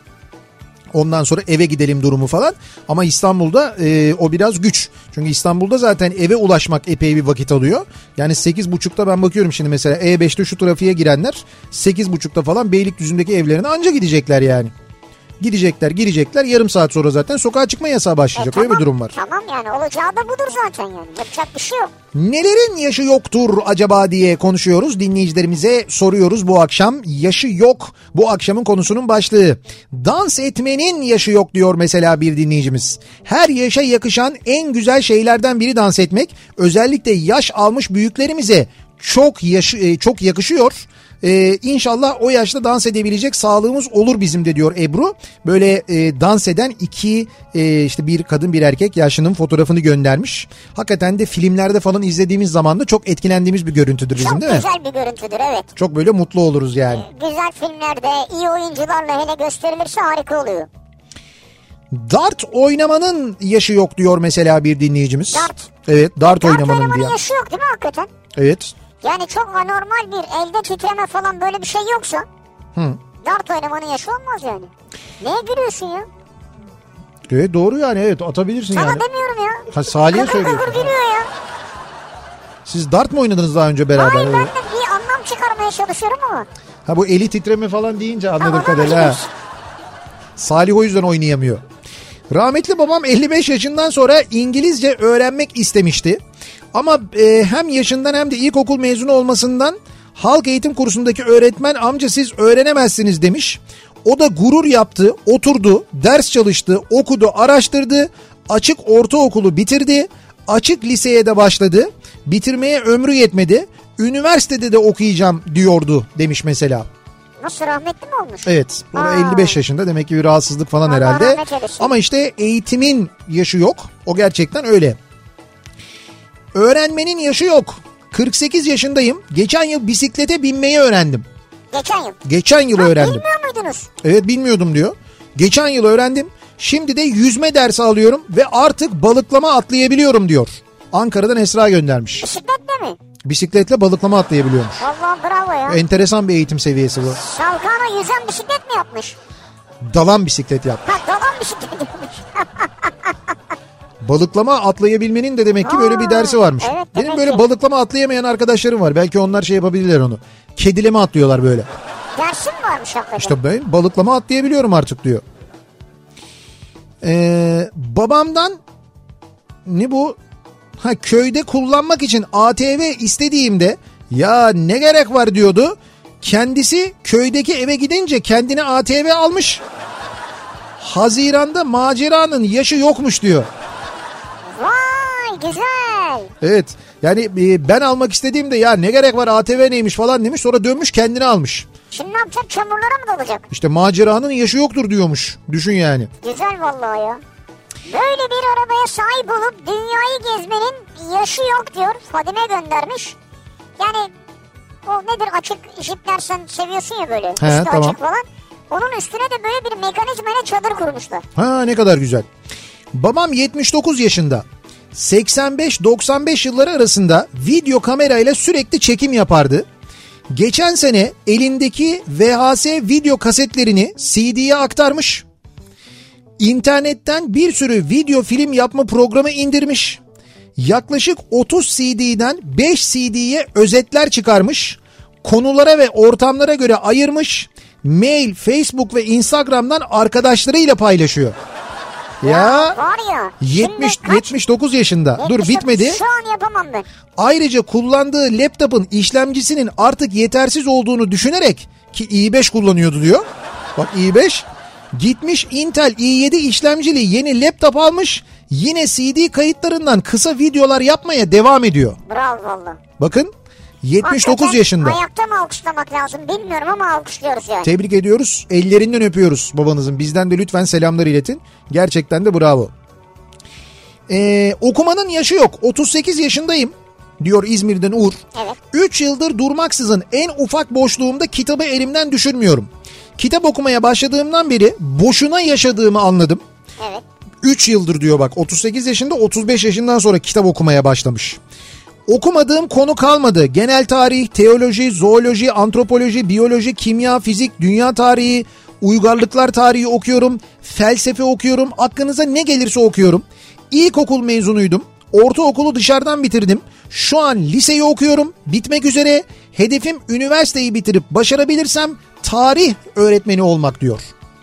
Ondan sonra eve gidelim durumu falan. Ama İstanbul'da e, o biraz güç. Çünkü İstanbul'da zaten eve ulaşmak epey bir vakit alıyor. Yani sekiz buçukta ben bakıyorum şimdi mesela E beşte şu trafiğe girenler sekiz buçukta falan Beylikdüzü'ndeki evlerine anca gidecekler yani. Gidecekler, girecekler, yarım saat sonra zaten sokağa çıkma yasağı başlayacak. E, Öyle tamam, bir durum var. Tamam yani olacağı da budur zaten yani. Yapacak bir şey yok. Nelerin yaşı yoktur acaba diye konuşuyoruz. Dinleyicilerimize soruyoruz bu akşam. Yaşı yok bu akşamın konusunun başlığı. Dans etmenin yaşı yok diyor mesela bir dinleyicimiz. Her yaşa yakışan en güzel şeylerden biri dans etmek. Özellikle yaş almış büyüklerimize çok yaşı, çok yakışıyor. Ee, inşallah o yaşta dans edebilecek sağlığımız olur bizim de diyor Ebru. Böyle e, dans eden iki e, işte bir kadın bir erkek yaşlının fotoğrafını göndermiş. Hakikaten de filmlerde falan izlediğimiz zaman da çok etkilendiğimiz bir görüntüdür bizim, çok değil mi? Çok güzel bir görüntüdür, evet. Çok böyle mutlu oluruz yani. Ee, güzel filmlerde iyi oyuncularla hele gösterilirse harika oluyor. Dart oynamanın yaşı yok diyor mesela bir dinleyicimiz. Dart. Evet, dart, Dart oynamanın, oynamanın diye. yaşı yok değil mi hakikaten? Evet. Yani çok anormal bir elde titreme falan böyle bir şey yoksa Hı. dart oynamanın yaşı olmaz yani. Neye gülüyorsun ya? Evet doğru yani, evet atabilirsin Sana yani. demiyorum ya. Ha, Salih'e Kıvır söylüyorsun. kıvır gülüyor ya. Siz dart mı oynadınız daha önce beraber? Hayır, ben Evet. de bir anlam çıkarmaya çalışıyorum ama. Ha, bu eli titreme falan deyince anladım Tamam, kadarıyla. anladım. Salih o yüzden oynayamıyor. Rahmetli babam elli beş yaşından sonra İngilizce öğrenmek istemişti. Ama e, hem yaşından hem de ilkokul mezunu olmasından halk eğitim kursundaki öğretmen amca siz öğrenemezsiniz demiş. O da gurur yaptı, oturdu, ders çalıştı, okudu, araştırdı. Açık ortaokulu bitirdi. Açık liseye de başladı. Bitirmeye ömrü yetmedi. Üniversitede de okuyacağım diyordu demiş mesela. Nasıl, rahmetli mi olmuş? Evet. O da Aa. elli beş yaşında, demek ki bir rahatsızlık falan Allah herhalde. rahmet eylesin. Ama işte eğitimin yaşı yok. O gerçekten öyle. Öğrenmenin yaşı yok. kırk sekiz yaşındayım. Geçen yıl bisiklete binmeyi öğrendim. Geçen yıl. Geçen yıl Ha, öğrendim. bilmiyor muydunuz? Evet, bilmiyordum diyor. Geçen yıl öğrendim. Şimdi de yüzme dersi alıyorum ve artık balıklama atlayabiliyorum diyor. Ankara'dan Esra göndermiş. Bisikletle mi? Bisikletle balıklama atlayabiliyormuş. Vallahi bravo ya. Enteresan bir eğitim seviyesi bu. Şalkano yüzen bisiklet mi yapmış? Dalan bisiklet yaptı. Ha, dalan bisiklet yapmış. Balıklama atlayabilmenin de demek ki böyle bir dersi varmış. Evet, Benim demek böyle ki. balıklama atlayamayan arkadaşlarım var. Belki onlar şey yapabilirler onu. Kedileme atlıyorlar böyle. Dersin varmış hakikaten. İşte ben balıklama atlayabiliyorum artık diyor. Ee, babamdan ne bu? Ha, köyde kullanmak için A T V istediğimde ya ne gerek var diyordu. Kendisi köydeki eve gidince kendine A T V almış. Haziran'da maceranın yaşı yokmuş diyor. Vay güzel. Evet, yani e, ben almak istediğimde ya ne gerek var A T V neymiş falan demiş, sonra dönmüş kendine almış. Şimdi ne yapacak, çamurlara mı dalacak? İşte maceranın yaşı yoktur diyormuş, düşün yani. Güzel vallahi ya. Böyle bir arabaya sahip olup dünyayı gezmenin yaşı yok diyor. Fadime göndermiş. Yani o nedir, açık jipler sen seviyorsun ya böyle. He, üstü tamam. açık falan. Onun üstüne de böyle bir mekanizmayla çadır kurmuşlar. Ha, ne kadar güzel. Babam yetmiş dokuz yaşında. seksen beş doksan beş yılları arasında video kamerayla sürekli çekim yapardı. Geçen sene elindeki V H S video kasetlerini C D'ye aktarmış. İnternetten bir sürü video film yapma programı indirmiş. Yaklaşık otuz C D'den beş C D'ye özetler çıkarmış. Konulara ve ortamlara göre ayırmış. Mail, Facebook ve Instagram'dan arkadaşlarıyla paylaşıyor. Ya, Var ya. yetmiş şimdi kaç? yetmiş dokuz yaşında. yetmiş Dur, dokuz. bitmedi. Şu an yapamam ben. Ayrıca kullandığı laptopun işlemcisinin artık yetersiz olduğunu düşünerek, ki i beş kullanıyordu diyor. Bak, i beş. Gitmiş Intel i yedi işlemcili yeni laptop almış. Yine C D kayıtlarından kısa videolar yapmaya devam ediyor. Bravo valla. Bakın, yetmiş dokuz Hakikaten yaşında. Ayakta mı alkışlamak lazım bilmiyorum ama alkışlıyoruz yani. Tebrik ediyoruz. Ellerinden öpüyoruz babanızın. Bizden de lütfen selamlar iletin. Gerçekten de bravo. Ee, okumanın yaşı yok. otuz sekiz yaşındayım diyor İzmir'den Uğur. Evet. üç yıldır durmaksızın en ufak boşluğumda kitabı elimden düşürmüyorum. Kitap okumaya başladığımdan beri boşuna yaşadığımı anladım. Evet. üç yıldır diyor bak, otuz sekiz yaşında, otuz beş yaşından sonra kitap okumaya başlamış. Okumadığım konu kalmadı. Genel tarih, teoloji, zooloji, antropoloji, biyoloji, kimya, fizik, dünya tarihi, uygarlıklar tarihi okuyorum. Felsefe okuyorum. Aklınıza ne gelirse okuyorum. İlkokul mezunuydum. Ortaokulu dışarıdan bitirdim. Şu an liseyi okuyorum. Bitmek üzere. Hedefim üniversiteyi bitirip başarabilirsem tarih öğretmeni olmak diyor.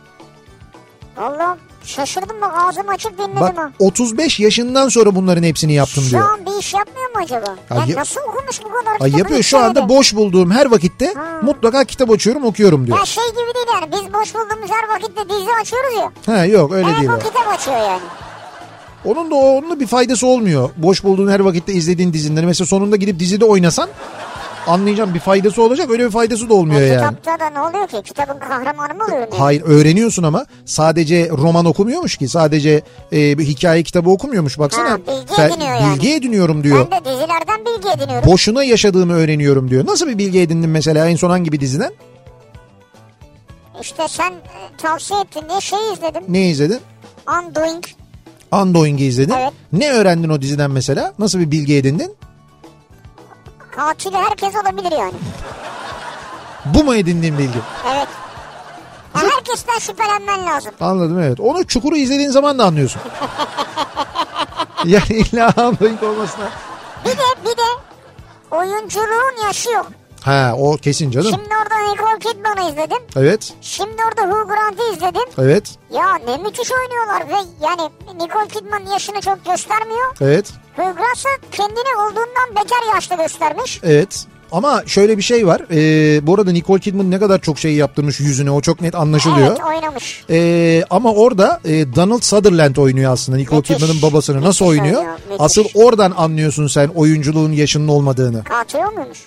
Valla şaşırdım bak, ağzım açık dinledim Bak, ha. otuz beş yaşından sonra bunların hepsini yaptım Şu diyor. an bir iş yapmıyor mu acaba? Ya Ya ya- nasıl okumuş bu kadar Ay, kitabı yapıyor üç şu anda, senede? boş bulduğum her vakitte mutlaka kitap açıyorum, okuyorum diyor. Ya şey gibi değil yani, biz boş bulduğumuz her vakitte dizi açıyoruz ya. Ha, yok öyle Evet, değil o o. kitap açıyor yani. Onun da onun da bir faydası olmuyor. Boş bulduğun her vakitte izlediğin dizileri mesela sonunda gidip dizide oynasan anlayacağım, bir faydası olacak, öyle bir faydası da olmuyor Ya yani. kitapta da ne oluyor ki? Kitabın kahramanı mı oluyor? Yani? Hayır, öğreniyorsun ama sadece roman okumuyormuş ki, sadece e, bir hikaye kitabı okumuyormuş, baksana. Ha, bilgi Fe- ediniyor yani. Bilgi ediniyorum diyor. Ben de dizilerden bilgi ediniyorum. Boşuna yaşadığımı öğreniyorum diyor. Nasıl bir bilgi edindin mesela, en son hangi bir diziden? İşte sen e, tavsiye ettin diye şey izledim. Ne izledin? Undoing. Undoing'i izledin. Evet. Ne öğrendin o diziden mesela? Nasıl bir bilgi edindin? Katili herkes olabilir yani. Bu mu edindiğin bilgi? Evet. Ya herkesten şüphelenmen lazım. Anladım, evet. Onu Çukur'u izlediğin zaman da anlıyorsun. Yani illa Undoing olmasına. Bir de bir de oyunculuğun yaşı yok. Ha, o kesin canım. Şimdi orada Nicole Kidman'ı izledim. Evet. Şimdi orada Hugh Grant'ı izledim. Evet. Ya ne müthiş oynuyorlar ve yani Nicole Kidman yaşını çok göstermiyor. Evet. Hugh Grant kendini olduğundan beter yaşta göstermiş. Evet. Ama şöyle bir şey var. Ee, bu arada Nicole Kidman ne kadar çok şey yaptırmış yüzüne, o çok net anlaşılıyor. Evet, oynamış. Ee, ama orada e, Donald Sutherland oynuyor aslında Nicole Müthiş. Kidman'ın babasını. Nasıl Müthiş oynuyor? oynuyor, müthiş. Asıl oradan anlıyorsun sen oyunculuğun yaşının olmadığını. Katıyor muymuş?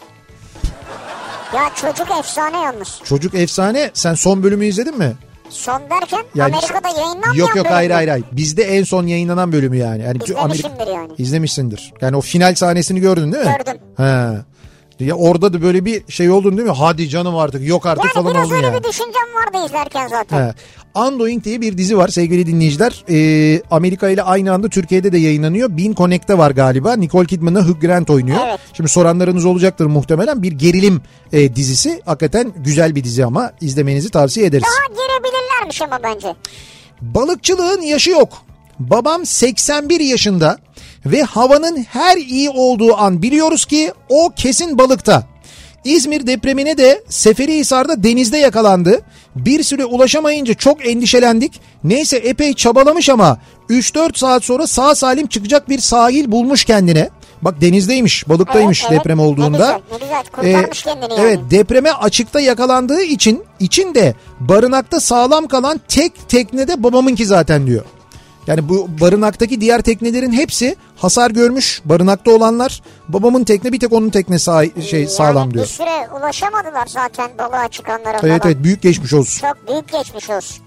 Ya çocuk efsane yalnız. Çocuk efsane. Sen son bölümü izledin mi? Son derken Yani, Amerika'da yayınlanmayan Yok yok bölüm hayır mü? hayır hayır. Bizde en son yayınlanan bölümü yani. yani İzlemişimdir yani. İzlemişsindir. Yani o final sahnesini gördün değil mi? Gördüm. He. Ya orada da böyle bir şey oldun değil mi? Hadi canım artık yok artık Yani falan biraz oldun öyle yani. bir düşüncem vardı izlerken zaten. He. Undoing diye bir dizi var sevgili dinleyiciler. Ee, Amerika ile aynı anda Türkiye'de de yayınlanıyor. Bean Connect'te var galiba. Nicole Kidman'la Hugh Grant oynuyor. Evet. Şimdi soranlarınız olacaktır muhtemelen. Bir gerilim e, dizisi. Hakikaten güzel bir dizi ama izlemenizi tavsiye ederiz. Daha girebilirlermiş ama bence. Balıkçılığın yaşı yok. Babam seksen bir yaşında ve havanın her iyi olduğu an biliyoruz ki o kesin balıkta. İzmir depremine de Seferihisar'da denizde yakalandı. Bir süre ulaşamayınca çok endişelendik. Neyse epey çabalamış ama üç dört saat sonra sağ salim çıkacak bir sahil bulmuş kendine. Bak denizdeymiş, balıktaymış Evet, evet. deprem Ne olduğunda. güzel, ne güzel. Kurtarmış Ee, kendini yani. Evet, depreme açıkta yakalandığı için içinde barınakta sağlam kalan tek teknede babamınki zaten diyor. Yani bu barınaktaki diğer teknelerin hepsi hasar görmüş, barınakta olanlar. Babamın tekne bir tek onun tekne sağ, şey yani sağlam diyor. Bir süre ulaşamadılar zaten balığa çıkanlara Evet falan. evet, büyük geçmiş olsun. Çok büyük geçmiş olsun.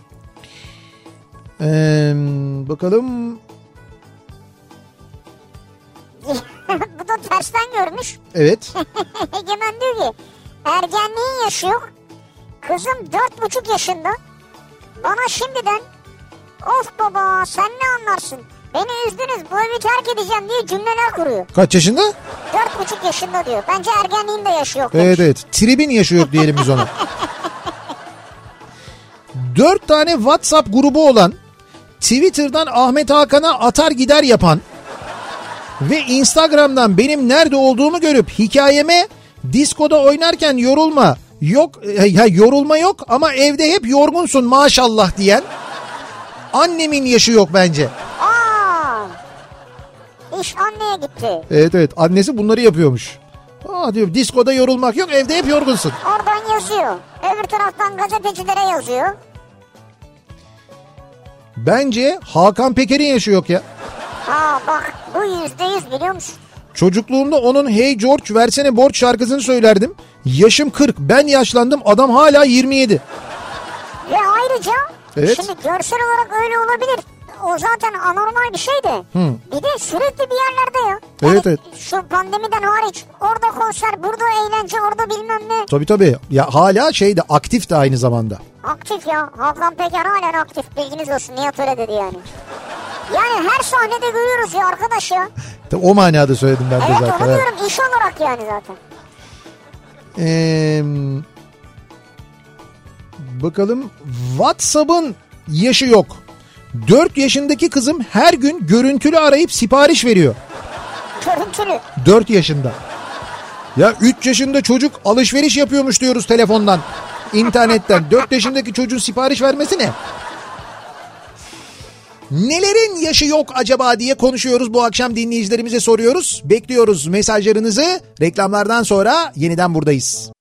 Ee, bakalım. Bu da tersten görmüş. Evet. Egemen diyor ki ergenliğin yaşı yok. Kızım dört buçuk yaşında. Bana şimdiden of baba sen ne anlarsın? Beni üzdünüz bu evi terk edeceğim diye cümleler kuruyor. Kaç yaşında? Dört buçuk yaşında diyor. Bence ergenliğin de yaşı yok demiş. Evet evet. Tribin yaşı yok diyelim biz ona. Dört tane WhatsApp grubu olan, Twitter'dan Ahmet Hakan'a atar gider yapan ve Instagram'dan benim nerede olduğumu görüp hikayeme diskoda oynarken yorulma yok ya yorulma yok ama evde hep yorgunsun maşallah diyen annemin yaşı yok bence. Aa, iş anneye gitti. Evet evet, annesi bunları yapıyormuş. Aa diyor, diskoda yorulmak yok, evde hep yorgunsun. Oradan yazıyor. Öbür taraftan gazetecilere yazıyor. Bence Hakan Peker'in yaşı yok ya. Aa bak bu yüzde yüz biliyor musun? Çocukluğumda onun Hey George versene borç şarkısını söylerdim. Yaşım kırk, ben yaşlandım, adam hala yirmi yedi. Ve ayrıca Evet. şimdi görsel olarak öyle olabilir. O zaten anormal bir şey de. Hı. Bir de sürekli bir yerlerde ya. Evet, evet. Şu pandemiden hariç orada konser, burada eğlence, orada bilmem ne. Tabii tabii. Ya hala şey de aktif de aynı zamanda. Aktif ya. Hakan Peker halen aktif. Bilginiz olsun. Nihat öyle dedi yani. Yani her sahnede görüyoruz ya arkadaş ya. Tabii o manada söyledim ben de Evet zaten. onu Evet. diyorum iş olarak yani zaten. Ee, bakalım, WhatsApp'ın yaşı yok. dört yaşındaki kızım her gün görüntülü arayıp sipariş veriyor. Görüntülü. dört yaşında. Ya üç yaşında çocuk alışveriş yapıyormuş diyoruz telefondan, internetten. dört yaşındaki çocuğun sipariş vermesi ne? Nelerin yaşı yok acaba diye konuşuyoruz bu akşam, dinleyicilerimize soruyoruz. Bekliyoruz mesajlarınızı. Reklamlardan sonra yeniden buradayız.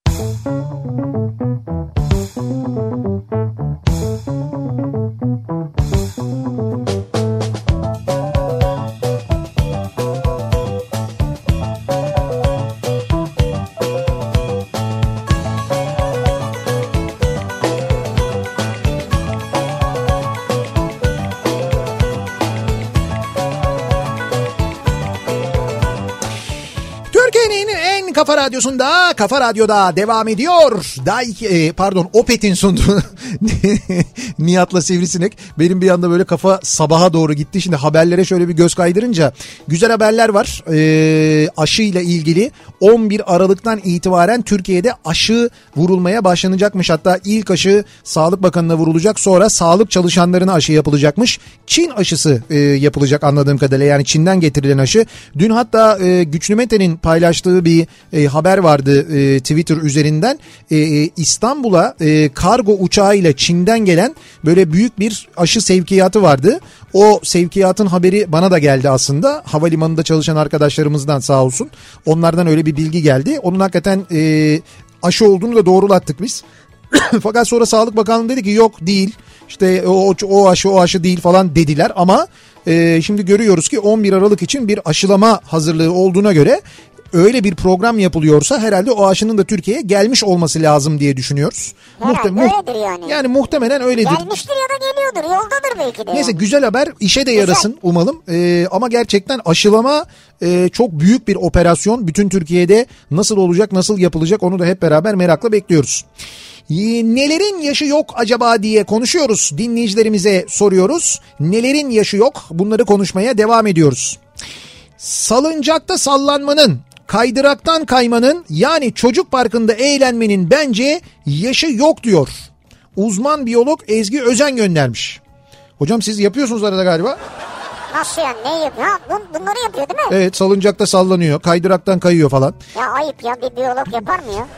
sunduğun Kafa Radyosu'nda, Kafa Radyo'da devam ediyor. Daha iki, e, pardon Opet'in sunduğu Nihat'la Sivrisinek. Benim bir anda böyle kafa sabaha doğru gitti. Şimdi haberlere şöyle bir göz kaydırınca güzel haberler var. E, aşı ile ilgili on bir Aralık'tan itibaren Türkiye'de aşı vurulmaya başlanacakmış. Hatta ilk aşı Sağlık Bakanı'na vurulacak, sonra sağlık çalışanlarına aşı yapılacakmış. Çin aşısı e, yapılacak anladığım kadarıyla, yani Çin'den getirilen aşı. Dün hatta e, Güçlü Mete'nin paylaştığı bir e, haber vardı e, Twitter üzerinden. E, e, İstanbul'a e, kargo uçağıyla Çin'den gelen böyle büyük bir aşı sevkiyatı vardı. O sevkiyatın haberi bana da geldi aslında. Havalimanında çalışan arkadaşlarımızdan sağ olsun. Onlardan öyle bir bilgi geldi. Onun hakikaten e, aşı olduğunu da doğrulattık biz. Fakat sonra Sağlık Bakanlığı dedi ki yok değil. İşte o, o aşı o aşı değil falan dediler ama e, şimdi görüyoruz ki on bir Aralık için bir aşılama hazırlığı olduğuna göre öyle bir program yapılıyorsa herhalde o aşının da Türkiye'ye gelmiş olması lazım diye düşünüyoruz. Herhalde Muhte- öyledir yani. Yani muhtemelen öyledir. Gelmiştir ya da geliyordur, yoldadır belki de. Neyse yani. güzel haber, işe de yarasın Güzel. umalım. Ee, ama gerçekten aşılama e, çok büyük bir operasyon. Bütün Türkiye'de nasıl olacak, nasıl yapılacak onu da hep beraber merakla bekliyoruz. Nelerin yaşı yok acaba diye konuşuyoruz. Dinleyicilerimize soruyoruz. Nelerin yaşı yok? Bunları konuşmaya devam ediyoruz. Salıncakta sallanmanın, kaydıraktan kaymanın, yani çocuk parkında eğlenmenin bence yaşı yok diyor. Uzman biyolog Ezgi Özen göndermiş. Hocam siz yapıyorsunuz arada galiba. Nasıl yani, ne yapıyor? Ha, bun, bunları yapıyor değil mi? Evet, salıncakta sallanıyor, kaydıraktan kayıyor falan. Ya ayıp ya, bir biyolog yapar mı ya?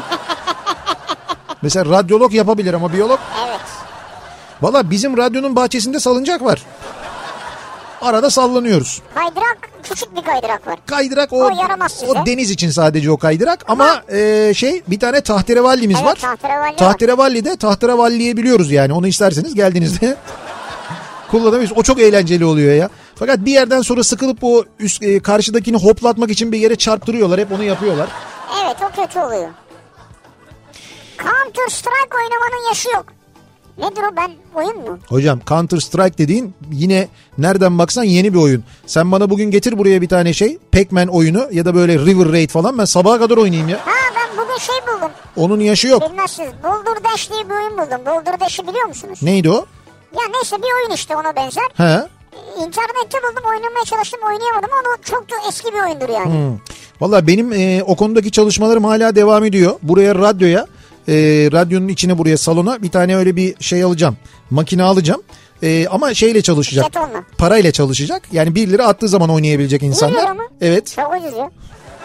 Mesela radyolog yapabilir ama biyolog. Evet. Valla bizim radyonun bahçesinde salıncak var. Arada sallanıyoruz. Kaydırak, küçük bir kaydırak var. Kaydırak o, O yaramaz size. o deniz için sadece o kaydırak ama e, şey bir tane tahterevallimiz Evet, var. tahterevalli var. Tahterevalli'de tahterevalliyebiliyoruz yani, onu isterseniz geldiğinizde kullanabiliriz. O çok eğlenceli oluyor ya. Fakat bir yerden sonra sıkılıp o üst, e, karşıdakini hoplatmak için bir yere çarptırıyorlar, hep onu yapıyorlar. Evet, o kötü oluyor. Counter Strike oynamanın yaşı yok. Nedir o, ben oyun mu? Hocam Counter Strike dediğin yine nereden baksan yeni bir oyun. Sen bana bugün getir buraya bir tane şey, Pac-Man oyunu ya da böyle River Raid falan, ben sabaha kadar oynayayım ya. Ha, ben bugün şey buldum. Onun yaşı yok. Bilmezsiniz, Boulder Dash diye bir oyun buldum. Boulder Dash'i biliyor musunuz? Neydi o? Ya neyse, bir oyun işte, ona benzer. He. İnternette buldum, oynamaya çalıştım, oynayamadım ama çok da eski bir oyundur yani. Hmm. Valla benim e, o konudaki çalışmalarım hala devam ediyor. Buraya radyoya, e, radyonun içine, buraya salona bir tane öyle bir şey alacağım. Makine alacağım. E, ama şeyle çalışacak. Jetonla. Parayla çalışacak. Yani bir lira attığı zaman oynayabilecek insanlar. bir lira mı? Evet. Çok ucuz ya.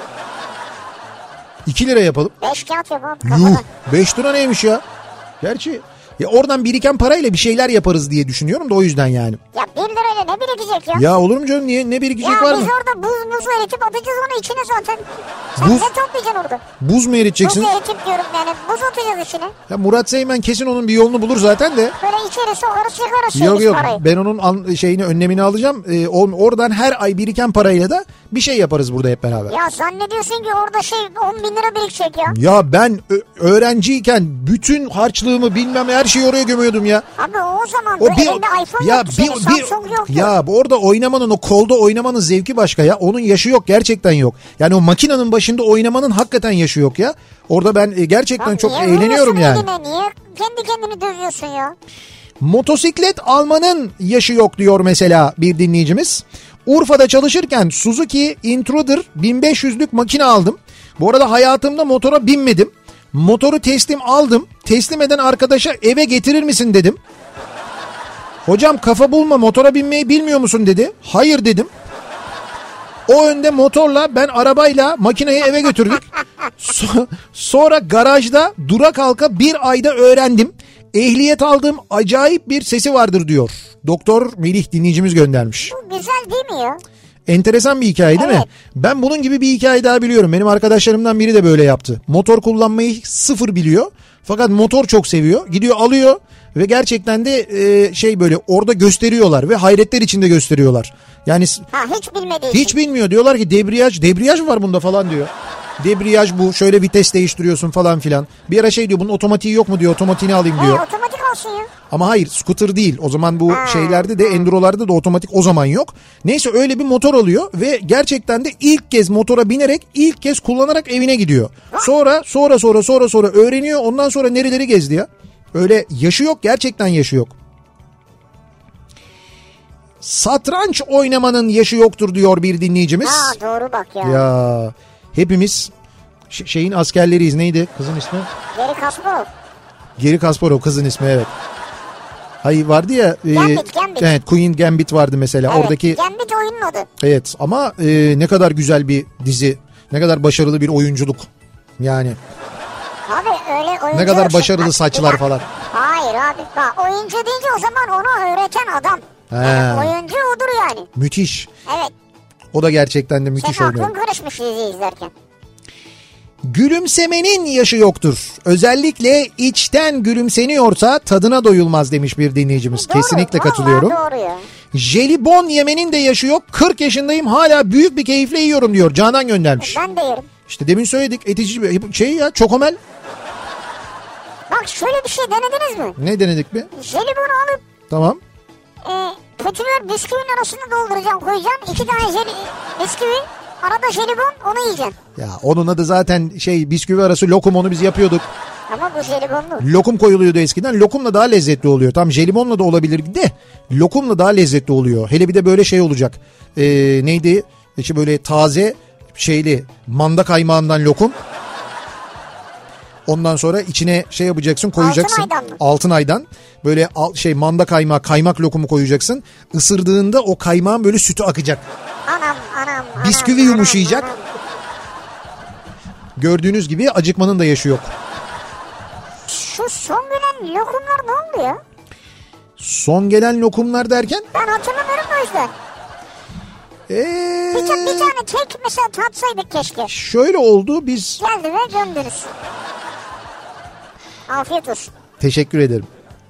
iki lira yapalım. beş kağıt yapalım. Yuh, beş lira neymiş ya? Gerçi ya oradan biriken parayla bir şeyler yaparız diye düşünüyorum da o yüzden yani. Ya bir lirayla ne birikecek ya? Ya olur mu canım, niye, ne birikecek Ya var biz mı? orada buz muzu eritip atacağız onu içine zaten. Sen Buz- ne toplayacaksın orada? Buz mu eriteceksin? Buz eritip diyorum yani, buz atacağız içine. Ya Murat Seymen kesin onun bir yolunu bulur zaten de. Böyle içeri sokarız çıkarız Yok şeyimiz yok, parayı. ben onun an, şeyini önlemini alacağım. Ee, o- oradan her ay biriken parayla da bir şey yaparız burada hep beraber. Ya zannediyorsun ki orada şey on bin lira birikecek ya. Ya ben ö- öğrenciyken bütün harçlığımı bilmem her şeyi oraya gömüyordum ya. Abi o zaman O o bir elinde iPhone ya yoktu bir, senin, bir Samsung yoktu. ya orada oynamanın, o kolda oynamanın zevki başka ya. Onun yaşı yok, gerçekten yok. Yani o makinenin başında oynamanın hakikaten yaşı yok ya. Orada ben e, gerçekten Lan çok niye eğleniyorum vuruyorsun yani. eline? Niye kendi kendini dövüyorsun ya? Motosiklet almanın yaşı yok diyor mesela bir dinleyicimiz. Urfa'da çalışırken Suzuki Intruder bin beş yüzlük makine aldım. Bu arada hayatımda motora binmedim. Motoru teslim aldım. Teslim eden arkadaşa eve getirir misin dedim. Hocam kafa bulma, motora binmeyi bilmiyor musun dedi. Hayır dedim. O önde motorla, ben arabayla makineyi eve götürdük. So- sonra garajda dura kalka bir ayda öğrendim. Ehliyet aldığım acayip bir sesi vardır diyor. Doktor Melih dinleyicimiz göndermiş. Bu güzel değil mi ya? Enteresan bir hikaye değil Evet. mi? Ben bunun gibi bir hikaye daha biliyorum. Benim arkadaşlarımdan biri de böyle yaptı. Motor kullanmayı sıfır biliyor. Fakat motor çok seviyor. Gidiyor alıyor ve gerçekten de e, şey böyle orada gösteriyorlar ve hayretler içinde gösteriyorlar. Yani Ha, hiç bilmediği hiç için. bilmiyor, diyorlar ki debriyaj, debriyaj var bunda falan diyor. Debriyaj bu, şöyle vites değiştiriyorsun falan filan. Bir ara şey diyor, bunun otomatiği yok mu diyor, otomatiğini alayım diyor. He, otomatik olsun ya. Ama hayır, scooter değil. O zaman bu ha. şeylerde de, endurolarda da otomatik o zaman yok. Neyse öyle bir motor alıyor ve gerçekten de ilk kez motora binerek, ilk kez kullanarak evine gidiyor. Sonra sonra sonra sonra sonra öğreniyor. Ondan sonra nereleri gezdi ya. Öyle yaşı yok, gerçekten yaşı yok. Satranç oynamanın yaşı yoktur diyor bir dinleyicimiz. Ha doğru bak ya. Ya hepimiz ş- şeyin askerleriyiz. Neydi kızın ismi? Geri Kasparov. Geri Kasparov kızın ismi, evet. Hayır vardı ya. Gambit, e, Gambit. Evet, Queen Gambit vardı mesela. Evet, Oradaki. Gambit oyunun adı. Evet ama e, ne kadar güzel bir dizi. Ne kadar başarılı bir oyunculuk. Yani. Abi öyle oyuncu. Ne kadar başarılı Bak, saçlar falan. Hayır abi bak, oyuncu deyince o zaman onu öğreten adam. Yani oyuncu odur yani. Müthiş. Evet. O da gerçekten de müthiş Senin oynuyor. aklın karışmış dizi izlerken. Gülümsemenin yaşı yoktur. Özellikle içten gülümseniyorsa tadına doyulmaz demiş bir dinleyicimiz. Doğru, Kesinlikle katılıyorum. Doğru ya. Jelibon yemenin de yaşı yok. kırk yaşındayım, hala büyük bir keyifle yiyorum diyor. Canan göndermiş. Ben de yerim. İşte demin söyledik, etici şey ya, çokomel. Bak şöyle bir şey denediniz mi? Ne denedik mi? Jelibonu alıp Tamam. e, kötüler bisküvinin arasına dolduracaksın, koyacaksın. İki tane jeli, bisküvi, arada jelibon, onu yiyeceksin. Ya onun adı zaten şey, bisküvi arası lokum, onu biz yapıyorduk. Ama bu jelibonlu. Lokum koyuluyordu eskiden. Lokumla daha lezzetli oluyor. Tam jelibonla da olabilir de lokumla daha lezzetli oluyor. Hele bir de böyle şey olacak. Ee, neydi? İşte böyle taze şeyli manda kaymağından lokum. Ondan sonra içine şey yapacaksın, koyacaksın. Altın aydan mı? Altın aydan. Böyle al, şey manda kaymağı, kaymak lokumu koyacaksın. Isırdığında o kaymağın böyle sütü akacak. Anam anam. Bisküvi anam, yumuşayacak. Anam, anam. Gördüğünüz gibi acıkmanın da yaşı yok. Şu son gelen lokumlar ne oldu ya? Son gelen lokumlar derken? Ben hatırlamıyorum o yüzden. Ee, Bir, ta- bir tane tek mesela tatsaydık keşke. Şöyle oldu, biz... Geldi ve gömdünüz. Afiyet olsun. Teşekkür ederim.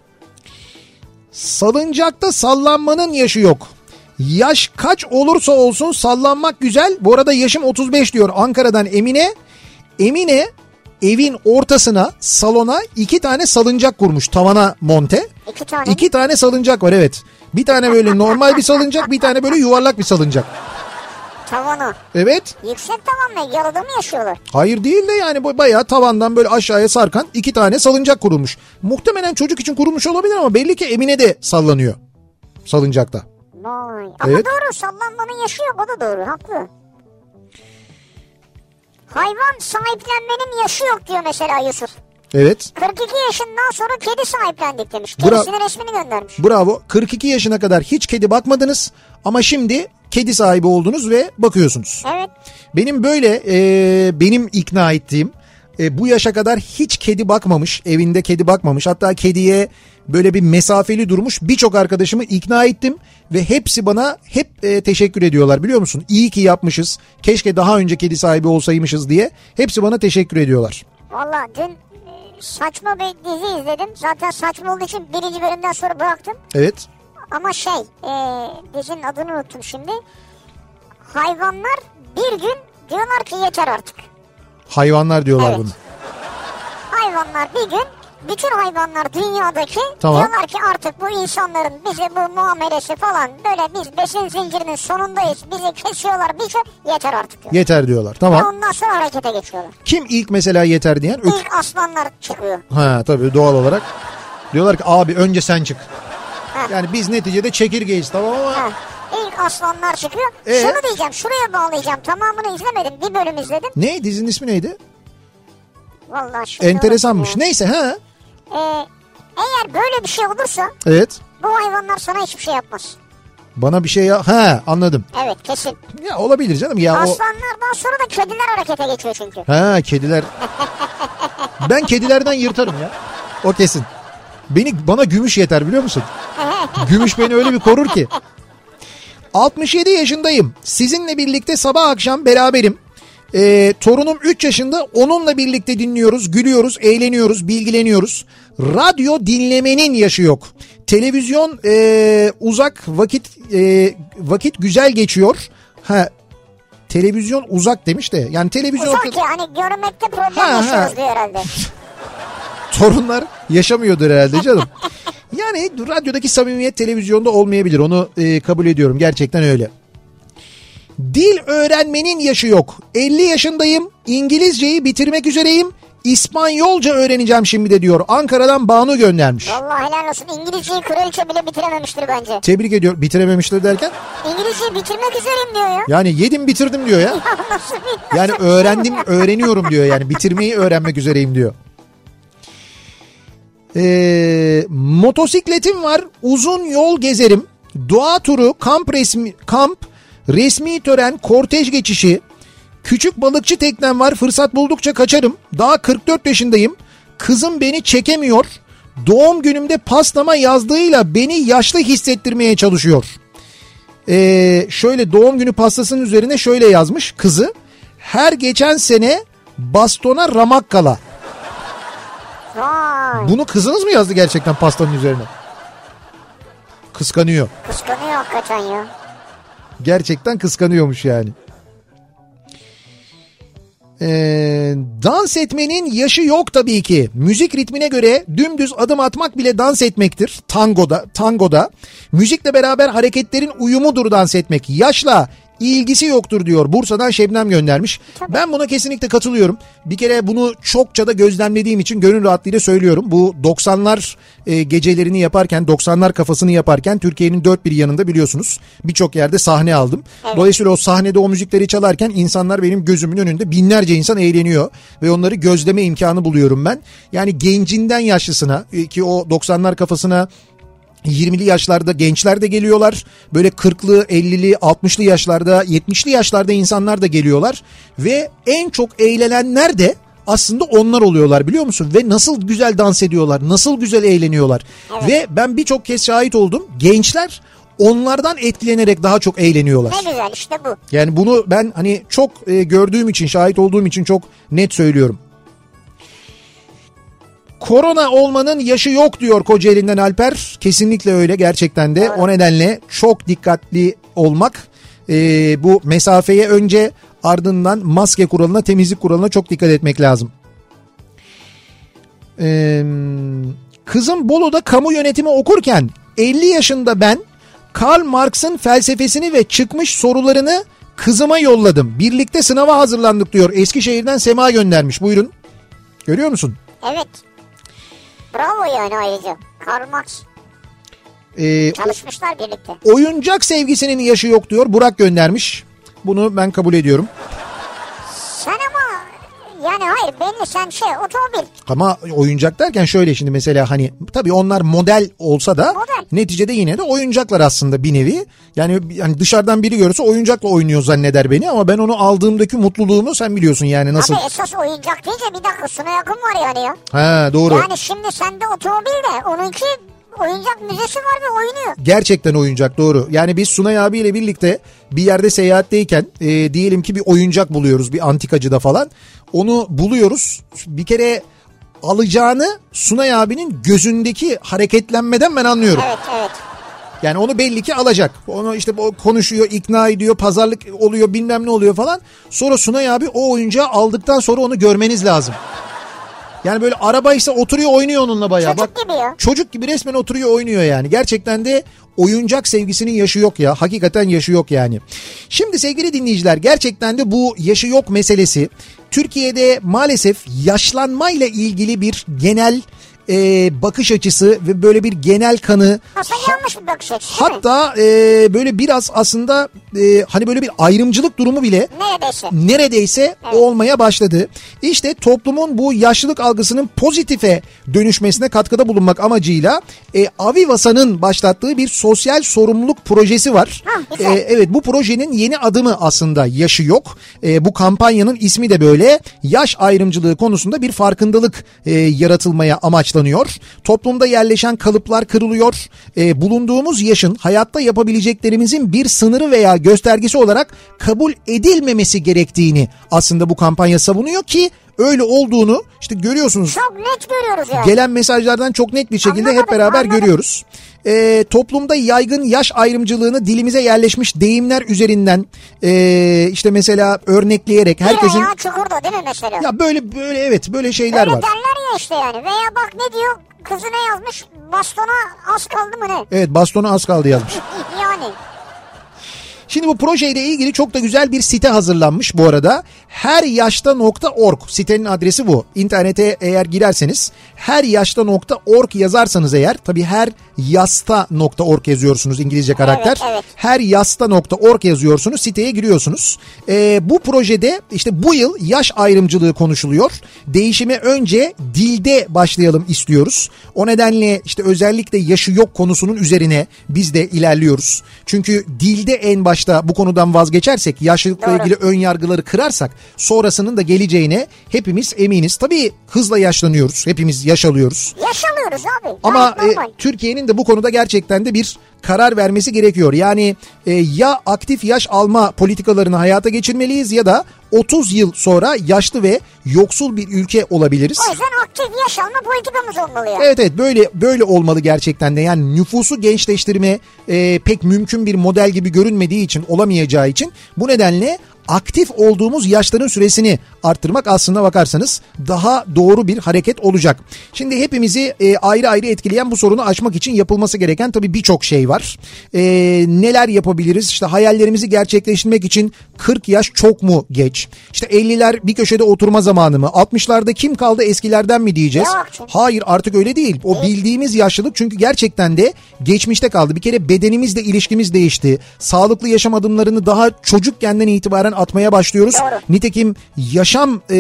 Salıncakta sallanmanın yaşı yok. Yaş kaç olursa olsun sallanmak güzel. Bu arada yaşım otuz beş diyor Ankara'dan Emine. Emine evin ortasına, salona iki tane salıncak kurmuş, tavana monte. İki tane. İki tane salıncak var, evet. Bir tane böyle normal bir salıncak, bir tane böyle yuvarlak bir salıncak. Tavanı. Evet. Yüksek tavan mı? Yalıda mı yaşıyorlar? Hayır değil de yani bayağı tavandan böyle aşağıya sarkan iki tane salıncak kurulmuş. Muhtemelen çocuk için kurulmuş olabilir ama belli ki Emine de sallanıyor salıncakta. Vay. Ama Evet. doğru, sallanmanın yaşı yok, o da doğru, haklı. Hayvan sahiplenmenin yaşı yok diyor mesela Yusuf. Evet. kırk iki yaşından sonra kedi sahiplendik demiş. Bra- Kedisinin resmini göndermiş. Bravo. kırk iki yaşına kadar hiç kedi bakmadınız ama şimdi kedi sahibi oldunuz ve bakıyorsunuz. Evet. Benim böyle e, benim ikna ettiğim e, bu yaşa kadar hiç kedi bakmamış, evinde kedi bakmamış, hatta kediye böyle bir mesafeli durmuş birçok arkadaşımı ikna ettim ve hepsi bana hep e, teşekkür ediyorlar, biliyor musun? İyi ki yapmışız, keşke daha önce kedi sahibi olsaymışız diye hepsi bana teşekkür ediyorlar. Valla dün e, saçma bir dizi izledim. Zaten saçma olduğu için birinci bölümden sonra bıraktım. Evet. Ama şey, e, dizinin adını unuttum şimdi. Hayvanlar bir gün diyorlar ki yeter artık. Hayvanlar diyorlar Evet. bunu. Hayvanlar bir gün, bütün hayvanlar dünyadaki Tamam. diyorlar ki artık bu insanların bize bu muamelesi falan, böyle biz besin zincirinin sonundayız, bizi kesiyorlar, bir şey, yeter artık diyor. Yeter diyorlar. Ve Tamam. ondan sonra harekete geçiyorlar. Kim ilk mesela yeter diyen? Ök- İlk aslanlar çıkıyor. Ha tabii, doğal olarak. Diyorlar ki abi önce sen çık. Ha. Yani biz neticede çekirgeyiz, tamam ama... Ha. İlk aslanlar çıkıyor. Ee? Şunu diyeceğim, şuraya bağlayacağım. Tamamını izlemedim, bir bölüm izledim. Ne? Dizinin ismi neydi? Vallahi şimdi Enteresanmış. unuttum ya. Neyse ha. Ee, eğer böyle bir şey olursa Evet. bu hayvanlar sana hiçbir şey yapmaz. Bana bir şey ya. Ha, anladım. Evet, kesin. Ya olabilir canım ya. O... Aslanlardan sonra da kediler harekete geçiyor çünkü. Ha, kediler. Ben kedilerden yırtarım ya. O kesin. Beni bana gümüş yeter, biliyor musun? Gümüş beni öyle bir korur ki. altmış yedi yaşındayım. Sizinle birlikte sabah akşam beraberim. Ee, torunum üç yaşında, onunla birlikte dinliyoruz, gülüyoruz, eğleniyoruz, bilgileniyoruz. Radyo dinlemenin yaşı yok. Televizyon e, uzak, vakit e, vakit güzel geçiyor. Ha, Televizyon uzak demiş de. Yani televizyon... Uzak ya hani görmekte problem Ha, yaşıyoruz ha. diyor herhalde. Torunlar yaşamıyordur herhalde canım. Yani radyodaki samimiyet televizyonda olmayabilir. Onu e, kabul ediyorum. Gerçekten öyle. Dil öğrenmenin yaşı yok. elli yaşındayım. İngilizceyi bitirmek üzereyim. İspanyolca öğreneceğim şimdi de diyor. Ankara'dan Banu göndermiş. Vallahi helal olsun. İngilizceyi kraliçe bile bitirememiştir bence. Tebrik ediyorum. Bitirememiştir derken? İngilizceyi bitirmek üzereyim diyor ya. Yani yedim bitirdim diyor ya. Nasıl bir... Yani öğrendim öğreniyorum diyor yani. Bitirmeyi öğrenmek üzereyim diyor. Ee, motosikletim var. Uzun yol gezerim. Doğa turu, kamp resmi, kamp, resmi tören, kortej geçişi. Küçük balıkçı teknem var. Fırsat buldukça kaçarım. Daha kırk dört yaşındayım. Kızım beni çekemiyor. Doğum günümde pastama yazdığıyla beni yaşlı hissettirmeye çalışıyor. Ee, şöyle doğum günü pastasının üzerine şöyle yazmış kızı. Her geçen sene bastona ramak kala. Vay. Bunu kızınız mı yazdı gerçekten pastanın üzerine? Kıskanıyor. Kıskanıyor hakikaten ya. Gerçekten kıskanıyormuş yani. Ee, dans etmenin yaşı yok tabii ki. Müzik ritmine göre dümdüz adım atmak bile dans etmektir. Tangoda, tangoda. Müzikle beraber hareketlerin uyumudur dans etmek. Yaşla ilgisi yoktur diyor. Bursa'dan Şebnem göndermiş. Tabii. Ben buna kesinlikle katılıyorum. Bir kere bunu çokça da gözlemlediğim için gönül rahatlığıyla söylüyorum. Bu doksanlar e, gecelerini yaparken, doksanlar kafasını yaparken Türkiye'nin dört bir yanında biliyorsunuz birçok yerde sahne aldım. Evet. Dolayısıyla o sahnede o müzikleri çalarken insanlar benim gözümün önünde binlerce insan eğleniyor ve onları gözleme imkanı buluyorum ben. Yani gencinden yaşlısına ki o doksanlar kafasına yirmili yaşlarda gençler de geliyorlar. Böyle kırklı, ellili, altmışlı yaşlarda, yetmişli yaşlarda insanlar da geliyorlar. Ve en çok eğlenenler de aslında onlar oluyorlar biliyor musun? Ve nasıl güzel dans ediyorlar, nasıl güzel eğleniyorlar. Evet. Ve ben birçok kez şahit oldum. Gençler onlardan etkilenerek daha çok eğleniyorlar. Ne güzel işte bu. Yani bunu ben hani çok e, gördüğüm için, şahit olduğum için çok net söylüyorum. Korona olmanın yaşı yok diyor Kocaeli'nden Alper. Kesinlikle öyle gerçekten de. Evet. O nedenle çok dikkatli olmak, e, bu mesafeye önce ardından maske kuralına, temizlik kuralına çok dikkat etmek lazım. Ee, kızım Bolu'da kamu yönetimi okurken elli yaşında ben Karl Marx'ın felsefesini ve çıkmış sorularını kızıma yolladım. Birlikte sınava hazırlandık diyor. Eskişehir'den Sema göndermiş. Buyurun. Görüyor musun? Evet. Bravo yani ayrıca. Karl Marx. Ee, Çalışmışlar birlikte. Oyuncak sevgisinin yaşı yok diyor. Burak göndermiş. Bunu ben kabul ediyorum. Sen ama yani hayır belli sen şey otomobil. Ama oyuncak derken şöyle şimdi mesela hani tabii onlar model olsa da model. Neticede yine de oyuncaklar aslında bir nevi. Yani, yani dışarıdan biri görürse oyuncakla oynuyor zanneder beni ama ben onu aldığımdaki mutluluğumu sen biliyorsun yani nasıl. Abi esas oyuncak deyince bir dakika Suna Yakın var yani ya. Ha doğru. Yani şimdi sende otomobil de onunki oyuncak müzesi var ve oynuyor. Gerçekten oyuncak doğru. Yani biz Sunay abiyle birlikte bir yerde seyahatteyken e, diyelim ki bir oyuncak buluyoruz bir antikacıda falan. Onu buluyoruz. Bir kere alacağını Sunay abinin gözündeki hareketlenmeden ben anlıyorum. Evet evet. Yani onu belli ki alacak. Onu işte konuşuyor, ikna ediyor, pazarlık oluyor, bilmem ne oluyor falan. Sonra Sunay abi o oyuncağı aldıktan sonra onu görmeniz lazım. Yani böyle arabaysa oturuyor oynuyor onunla bayağı. Çocuk Bak, gibi ya. Çocuk gibi resmen oturuyor oynuyor yani. Gerçekten de oyuncak sevgisinin yaşı yok ya. Hakikaten yaşı yok yani. Şimdi sevgili dinleyiciler gerçekten de bu yaşı yok meselesi Türkiye'de maalesef yaşlanmayla ilgili bir genel e, bakış açısı ve böyle bir genel kanı. Aslında yanlış bir bakış açısı. Hatta e, böyle biraz aslında e, hani böyle bir ayrımcılık durumu bile neredeyse, neredeyse evet. olmaya başladı. İşte toplumun bu yaşlılık algısının pozitife dönüşmesine katkıda bulunmak amacıyla e, Avivasa'nın başlattığı bir sosyal sorumluluk projesi var. Ha, e, evet bu projenin yeni adımı aslında yaşı yok. E, bu kampanyanın ismi de böyle yaş ayrımcılığı konusunda bir farkındalık e, yaratılmaya amaçlanıyor. yaşlanıyor. Toplumda yerleşen kalıplar kırılıyor. E, bulunduğumuz yaşın hayatta yapabileceklerimizin bir sınırı veya göstergesi olarak kabul edilmemesi gerektiğini aslında bu kampanya savunuyor ki öyle olduğunu işte görüyorsunuz. Çok net görüyoruz yani. Gelen mesajlardan çok net bir şekilde anlamadım, hep beraber anlamadım. görüyoruz. Ee, toplumda yaygın yaş ayrımcılığını dilimize yerleşmiş deyimler üzerinden ee, işte mesela örnekleyerek herkesin... Bir ayağı çukurda değil mi mesela? Ya böyle böyle evet böyle şeyler öyle var. Öyle derler ya işte yani. Veya bak ne diyor, kızına yazmış, bastona az kaldı mı ne? Evet, bastona az kaldı yazmış. Yani... Şimdi bu projeyle ilgili çok da güzel bir site hazırlanmış bu arada. her yaşta nokta org sitenin adresi bu. İnternete eğer girerseniz her yaşta nokta org yazarsanız eğer, tabii her yasta nokta org yazıyorsunuz İngilizce karakter. Evet, evet. her yasta nokta org yazıyorsunuz, siteye giriyorsunuz. Ee, bu projede işte bu yıl yaş ayrımcılığı konuşuluyor. Değişime önce dilde başlayalım istiyoruz. O nedenle işte özellikle yaşı yok konusunun üzerine biz de ilerliyoruz. Çünkü dilde en başta bu konudan vazgeçersek, yaşlılıkla Doğru. ilgili ön yargıları kırarsak sonrasının da geleceğine hepimiz eminiz. Tabii hızla yaşlanıyoruz. Hepimiz yaş alıyoruz. Yaş alıyoruz abi. Ama e, Türkiye'nin de bu konuda gerçekten de bir karar vermesi gerekiyor. Yani e, ya aktif yaş alma politikalarını hayata geçirmeliyiz ya da otuz yıl sonra yaşlı ve yoksul bir ülke olabiliriz. O yüzden aktif yaş alma politikamız olmalı yani. Evet evet böyle böyle olmalı gerçekten de. Yani nüfusu gençleştirme e, pek mümkün bir model gibi görünmediği için, olamayacağı için bu nedenle aktif olduğumuz yaşların süresini arttırmak aslında bakarsanız daha doğru bir hareket olacak. Şimdi hepimizi e, ayrı ayrı etkileyen bu sorunu aşmak için yapılması gereken tabii birçok şey var. E, neler yapabiliriz? İşte hayallerimizi gerçekleştirmek için kırk yaş çok mu geç? İşte elliler bir köşede oturma zamanı mı? altmışlarda kim kaldı eskilerden mi diyeceğiz? Yok. Hayır, artık öyle değil. O bildiğimiz yaşlılık çünkü gerçekten de geçmişte kaldı. Bir kere bedenimizle ilişkimiz değişti. Sağlıklı yaşam adımlarını daha çocukkenden itibaren atmaya başlıyoruz. Doğru. Nitekim yaşam e,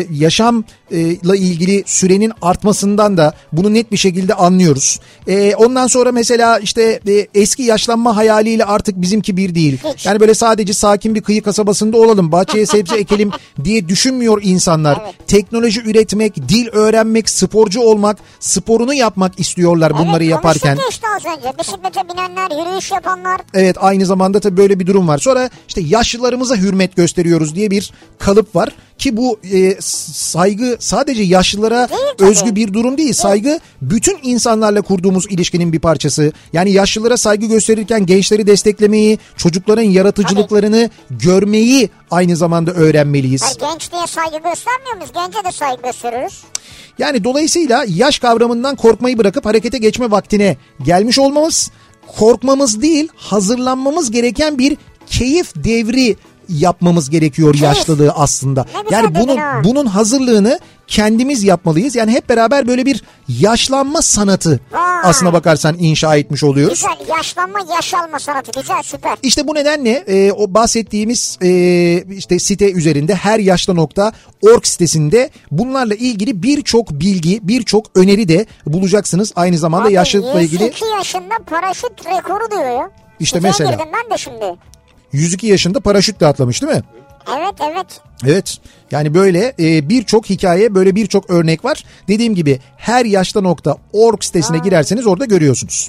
yaşamla ilgili sürenin artmasından da bunu net bir şekilde anlıyoruz. E, ondan sonra mesela işte e, eski yaşlanma hayaliyle artık bizimki bir değil. Hiç. Yani böyle sadece sakin bir kıyı kasabasında olalım, bahçeye sebze ekelim diye düşünmüyor insanlar. Evet. Teknoloji üretmek, dil öğrenmek, sporcu olmak, sporunu yapmak istiyorlar bunları evet, yaparken. Evet, işte az önce bisiklete binenler, yürüyüş yapanlar. Evet, aynı zamanda tabii böyle bir durum var. Sonra işte yaşlılarımıza hürmet gösteriyoruz diye bir kalıp var ki bu e, saygı sadece yaşlılara değil, özgü tabii. bir durum değil. Saygı evet. bütün insanlarla kurduğumuz ilişkinin bir parçası. Yani yaşlılara saygı gösterirken gençleri desteklemeyi, çocukların yaratıcılıklarını tabii. görmeyi aynı zamanda öğrenmeliyiz. Hayır, genç diye saygı göstermiyor muyuz? Gence de saygı gösteriyoruz. Yani dolayısıyla yaş kavramından korkmayı bırakıp harekete geçme vaktine gelmiş olmamız, korkmamız değil, hazırlanmamız gereken bir keyif devri yapmamız gerekiyor keyif. Yaşlılığı aslında. Yani bunun bunun hazırlığını kendimiz yapmalıyız. Yani hep beraber böyle bir yaşlanma sanatı Vay. aslına bakarsan inşa etmiş oluyoruz. Güzel, yaşlanma, yaş alma sanatı güzel, süper. İşte bu nedenle e, o bahsettiğimiz e, işte site üzerinde her yaşta nokta org sitesinde bunlarla ilgili birçok bilgi, birçok öneri de bulacaksınız. Aynı zamanda Abi, yaşlılıkla ilgili. yüz iki yaşında paraşüt rekoru diyor ya. İşte Siteye mesela. girdim ben de şimdi. yüz iki yaşında paraşütle atlamış değil mi? Evet evet. Evet, yani böyle e, birçok hikaye, böyle birçok örnek var. Dediğim gibi her yaşta nokta org sitesine Aa. girerseniz orada görüyorsunuz.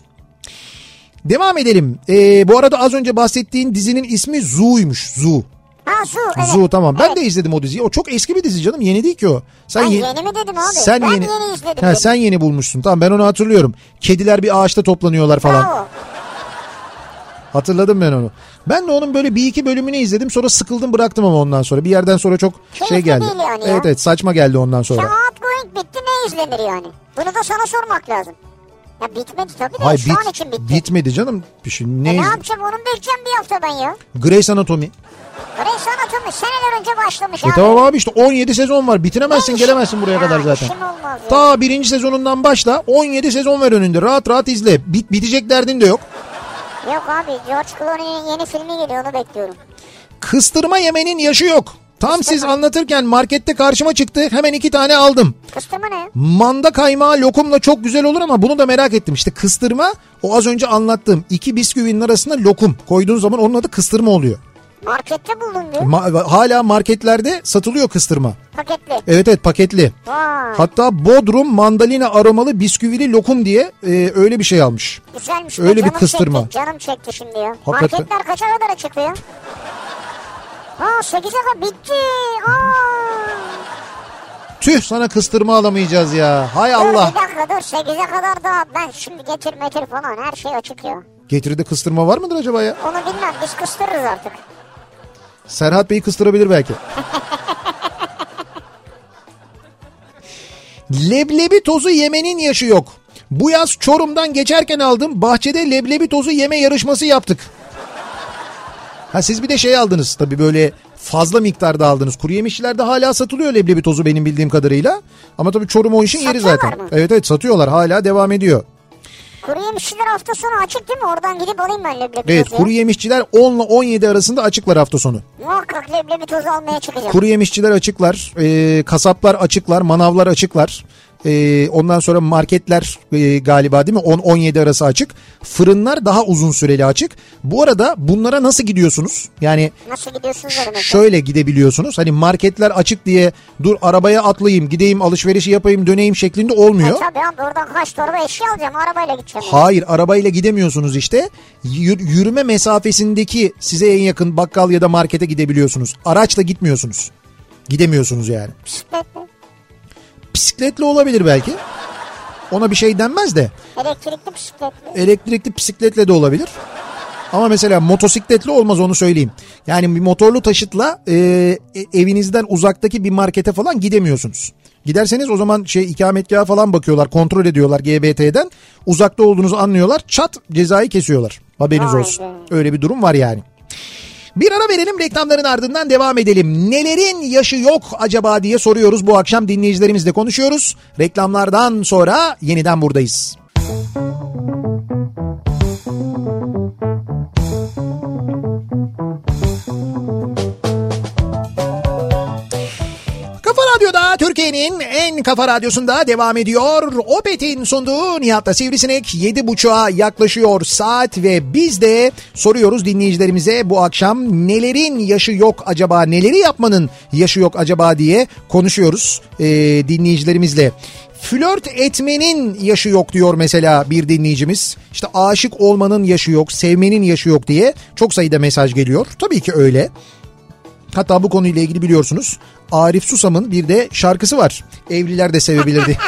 Devam edelim. E, bu arada az önce bahsettiğin dizinin ismi Zoo'ymuş. Zoo. Ha Zoo, evet. Zoo, tamam. Ben evet. de izledim o diziyi. O çok eski bir dizi canım. Yeni değil ki o. Sen ben ye- yeni mi dedim abi? Sen ben yeni, yeni izledim. Ha, sen yeni bulmuşsun. Tamam, ben onu hatırlıyorum. Kediler bir ağaçta toplanıyorlar falan. Bravo. Hatırladım ben onu. Ben de onun böyle bir iki bölümünü izledim. Sonra sıkıldım, bıraktım ama ondan sonra. Bir yerden sonra çok Keyifli şey geldi. Yani evet evet saçma geldi ondan sonra. Ya outgoing bitti, ne izlenir yani? Bunu da sana sormak lazım. Ya bitmedi tabii de Hayır, şu bit, an için bitti. Bitmedi canım. Bir şey, ne, e ne yapacağım, onu bekleyeceğim bir hafta ben ya. Grey's Anatomy. Grey's Anatomy seneler önce başlamış e abi. Tamam abi, işte on yedi sezon var. Bitiremezsin, ne gelemezsin buraya ya, kadar zaten. Ta birinci sezonundan başla, on yedi sezon var önünde. Rahat rahat izle. Bit, bitecek derdin de yok. Yok abi, George Clooney'nin yeni filmi geliyor, onu bekliyorum. Kıstırma yemenin yaşı yok. Tam Kıstırma. Siz anlatırken markette karşıma çıktı. Hemen iki tane aldım. Kıstırma ne? Manda kaymağı lokumla çok güzel olur ama bunu da merak ettim. İşte kıstırma, o az önce anlattığım iki bisküvinin arasında lokum koyduğun zaman onun adı kıstırma oluyor. Markette buldum diyor. Ma- hala marketlerde satılıyor kıstırma. Paketli. Evet evet paketli. Vay. Hatta Bodrum mandalina aromalı bisküvili lokum diye e, öyle bir şey almış. Güzelmiş. Öyle Canım bir kıstırma. Çekti, canım çekti şimdi ya. Hakikaten. Marketler kaça kadar açık ya? Ha sekize kadar bitti. Aa. Tüh sana kıstırma alamayacağız ya. Hay Dur Allah. bir dakika dur sekize kadar da ben şimdi getir metir falan her şey açık ya. Getiride kıstırma var mıdır acaba ya? Onu bilmem biz kıstırırız artık. Serhat Bey'i kıstırabilir belki. Leblebi tozu yemenin yaşı yok. Bu yaz Çorum'dan geçerken aldım. Bahçede leblebi tozu yeme yarışması yaptık. Ha siz bir de şey aldınız tabii böyle fazla miktarda aldınız. Kuru yemişçilerde hala satılıyor leblebi tozu benim bildiğim kadarıyla. Ama tabii Çorum o işin yeri zaten. Mı? Evet evet satıyorlar hala devam ediyor. Kuru yemişçiler hafta sonu açık değil mi? Oradan gidip alayım ben leblebi Evet tozu. kuru yemişçiler on ile on yedi arasında açıklar hafta sonu. Muhakkak leblebi tozu almaya çıkacağım. Kuru yemişçiler açıklar, e, kasaplar açıklar, manavlar açıklar. E, ondan sonra marketler e, galiba değil mi on on yedi arası açık. Fırınlar daha uzun süreli açık. Bu arada bunlara nasıl gidiyorsunuz? Yani nasıl gidiyorsunuz demek? Şöyle gidebiliyorsunuz. Hani marketler açık diye dur arabaya atlayayım, gideyim alışverişi yapayım, döneyim şeklinde olmuyor. E tabii abi oradan kaç torba eşya alacağım arabayla gideceğim. Hayır arabayla gidemiyorsunuz işte. Yür- yürüme mesafesindeki size en yakın bakkal ya da markete gidebiliyorsunuz. Araçla gitmiyorsunuz. Gidemiyorsunuz yani. Bisikletle. Bisikletle olabilir belki. Ona bir şey denmez de. Elektrikli bisikletle. Elektrikli bisikletle de olabilir. Ama mesela motosikletle olmaz onu söyleyeyim. Yani bir motorlu taşıtla e, evinizden uzaktaki bir markete falan gidemiyorsunuz. Giderseniz o zaman şey ikametgaha falan bakıyorlar, kontrol ediyorlar G B T'den. Uzakta olduğunuzu anlıyorlar. Çat cezayı kesiyorlar. Haberiniz Vay olsun. be. Öyle bir durum var yani. Bir ara verelim reklamların ardından devam edelim. Nelerin yaşı yok acaba diye soruyoruz bu akşam dinleyicilerimizle konuşuyoruz. Reklamlardan sonra yeniden buradayız. Kafa Radyo'da Türkiye'nin en kafa radyosunda devam ediyor. Opet'in sunduğu Nihat'la Sivrisinek yedi buçuğa yaklaşıyor saat ve biz de soruyoruz dinleyicilerimize bu akşam nelerin yaşı yok acaba, neleri yapmanın yaşı yok acaba diye konuşuyoruz ee, dinleyicilerimizle. Flört etmenin yaşı yok diyor mesela bir dinleyicimiz. İşte aşık olmanın yaşı yok, sevmenin yaşı yok diye çok sayıda mesaj geliyor. Tabii ki öyle. Hatta bu konuyla ilgili biliyorsunuz Arif Susam'ın bir de şarkısı var. Evliler de sevebilirdi.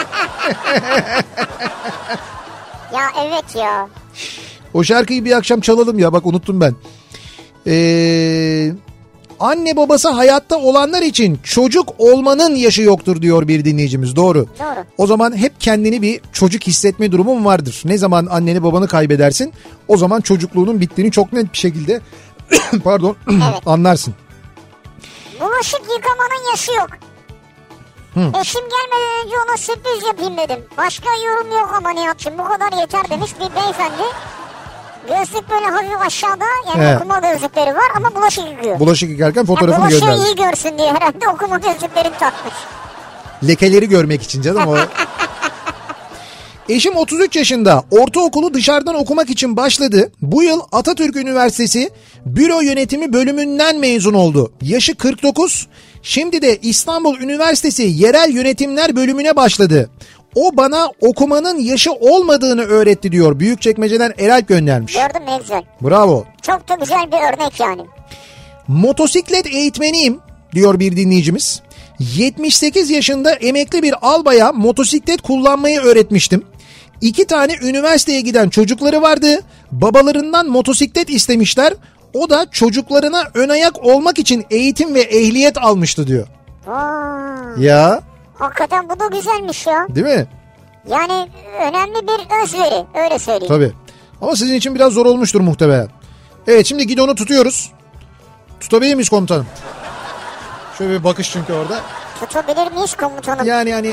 Ya evet ya. O şarkıyı bir akşam çalalım ya bak unuttum ben. Ee, anne babası hayatta olanlar için çocuk olmanın yaşı yoktur diyor bir dinleyicimiz. Doğru. Doğru. O zaman hep kendini bir çocuk hissetme durumun vardır. Ne zaman anneni babanı kaybedersin o zaman çocukluğunun bittiğini çok net bir şekilde pardon Evet. anlarsın. Bulaşık yıkamanın yaşı yok. Hı. Eşim gelmeden önce ona sürpriz yapayım dedim. Başka yorum yok ama Nihat'cığım bu kadar yeter demiş bir beyefendi. Gözlük böyle hafif aşağıda yani Evet. okuma gözlükleri var ama bulaşık yıkıyor. Bulaşık yıkarken Yani fotoğrafını bulaşığı gönderdi. iyi görsün diye herhalde okuma gözlüklerini takmış. Lekeleri görmek için canım o. Eşim otuz üç yaşında, ortaokulu dışarıdan okumak için başladı. Bu yıl Atatürk Üniversitesi Büro Yönetimi bölümünden mezun oldu. Yaşı kırk dokuz. Şimdi de İstanbul Üniversitesi Yerel Yönetimler bölümüne başladı. O bana okumanın yaşı olmadığını öğretti diyor. Büyükçekmece'den Eralp göndermiş. Gördün mü ne güzel. Bravo. Çok da güzel bir örnek yani. Motosiklet eğitmeniyim diyor bir dinleyicimiz. yetmiş sekiz yaşında emekli bir albaya motosiklet kullanmayı öğretmiştim. İki tane üniversiteye giden çocukları vardı. Babalarından motosiklet istemişler. O da çocuklarına ön ayak olmak için eğitim ve ehliyet almıştı diyor. Vay. Ya Hakikaten bu da güzelmiş ya. değil mi? Yani önemli bir özveri öyle söyleyeyim. Tabii. Ama sizin için biraz zor olmuştur muhtemelen. Evet şimdi gidonu tutuyoruz. Tutabilir miyiz komutanım? Şöyle bir bakış çünkü orada. Tutabilir miyiz komutanım? Yani hani...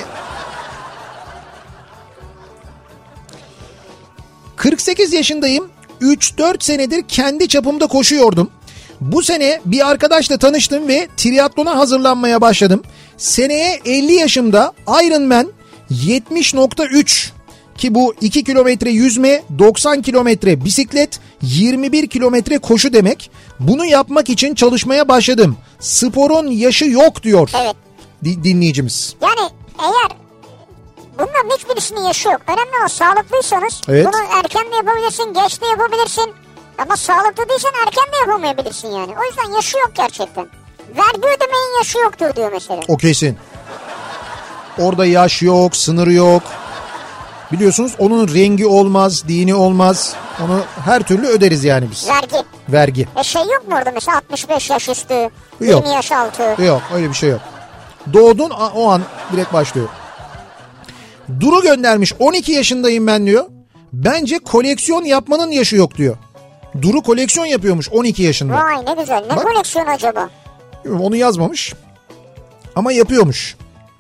kırk sekiz yaşındayım. üç dört senedir kendi çapımda koşuyordum. Bu sene bir arkadaşla tanıştım ve triatlona hazırlanmaya başladım. Seneye elli yaşımda Ironman yetmiş nokta üç ki bu iki kilometre yüzme, doksan kilometre bisiklet, yirmi bir kilometre koşu demek. Bunu yapmak için çalışmaya başladım. Sporun yaşı yok diyor. Evet. Di- dinleyicimiz. Yani eğer bunların hiçbirisinin yaşı yok. Önemli olan sağlıklıysanız Evet. bunu erken de yapabilirsin, geç de yapabilirsin. Ama sağlıklı değilsen erken de yapamayabilirsin yani. O yüzden yaşı yok gerçekten. Vergi ödemenin yaşı yoktur diyor mesela. O kesin. Orada yaş yok, sınır yok. Biliyorsunuz onun rengi olmaz, dini olmaz. Onu her türlü öderiz yani biz. Vergi. Vergi. E şey yok mu orada mesela altmış beş yaş üstü, Yok. yirmi yaş altı? Yok, öyle bir şey yok. Doğdun o an direkt başlıyor. Duru göndermiş, on iki yaşındayım ben diyor. Bence koleksiyon yapmanın yaşı yok diyor. Duru koleksiyon yapıyormuş on iki yaşında. Vay ne güzel. Ne Bak. koleksiyonu acaba? Onu yazmamış. Ama yapıyormuş.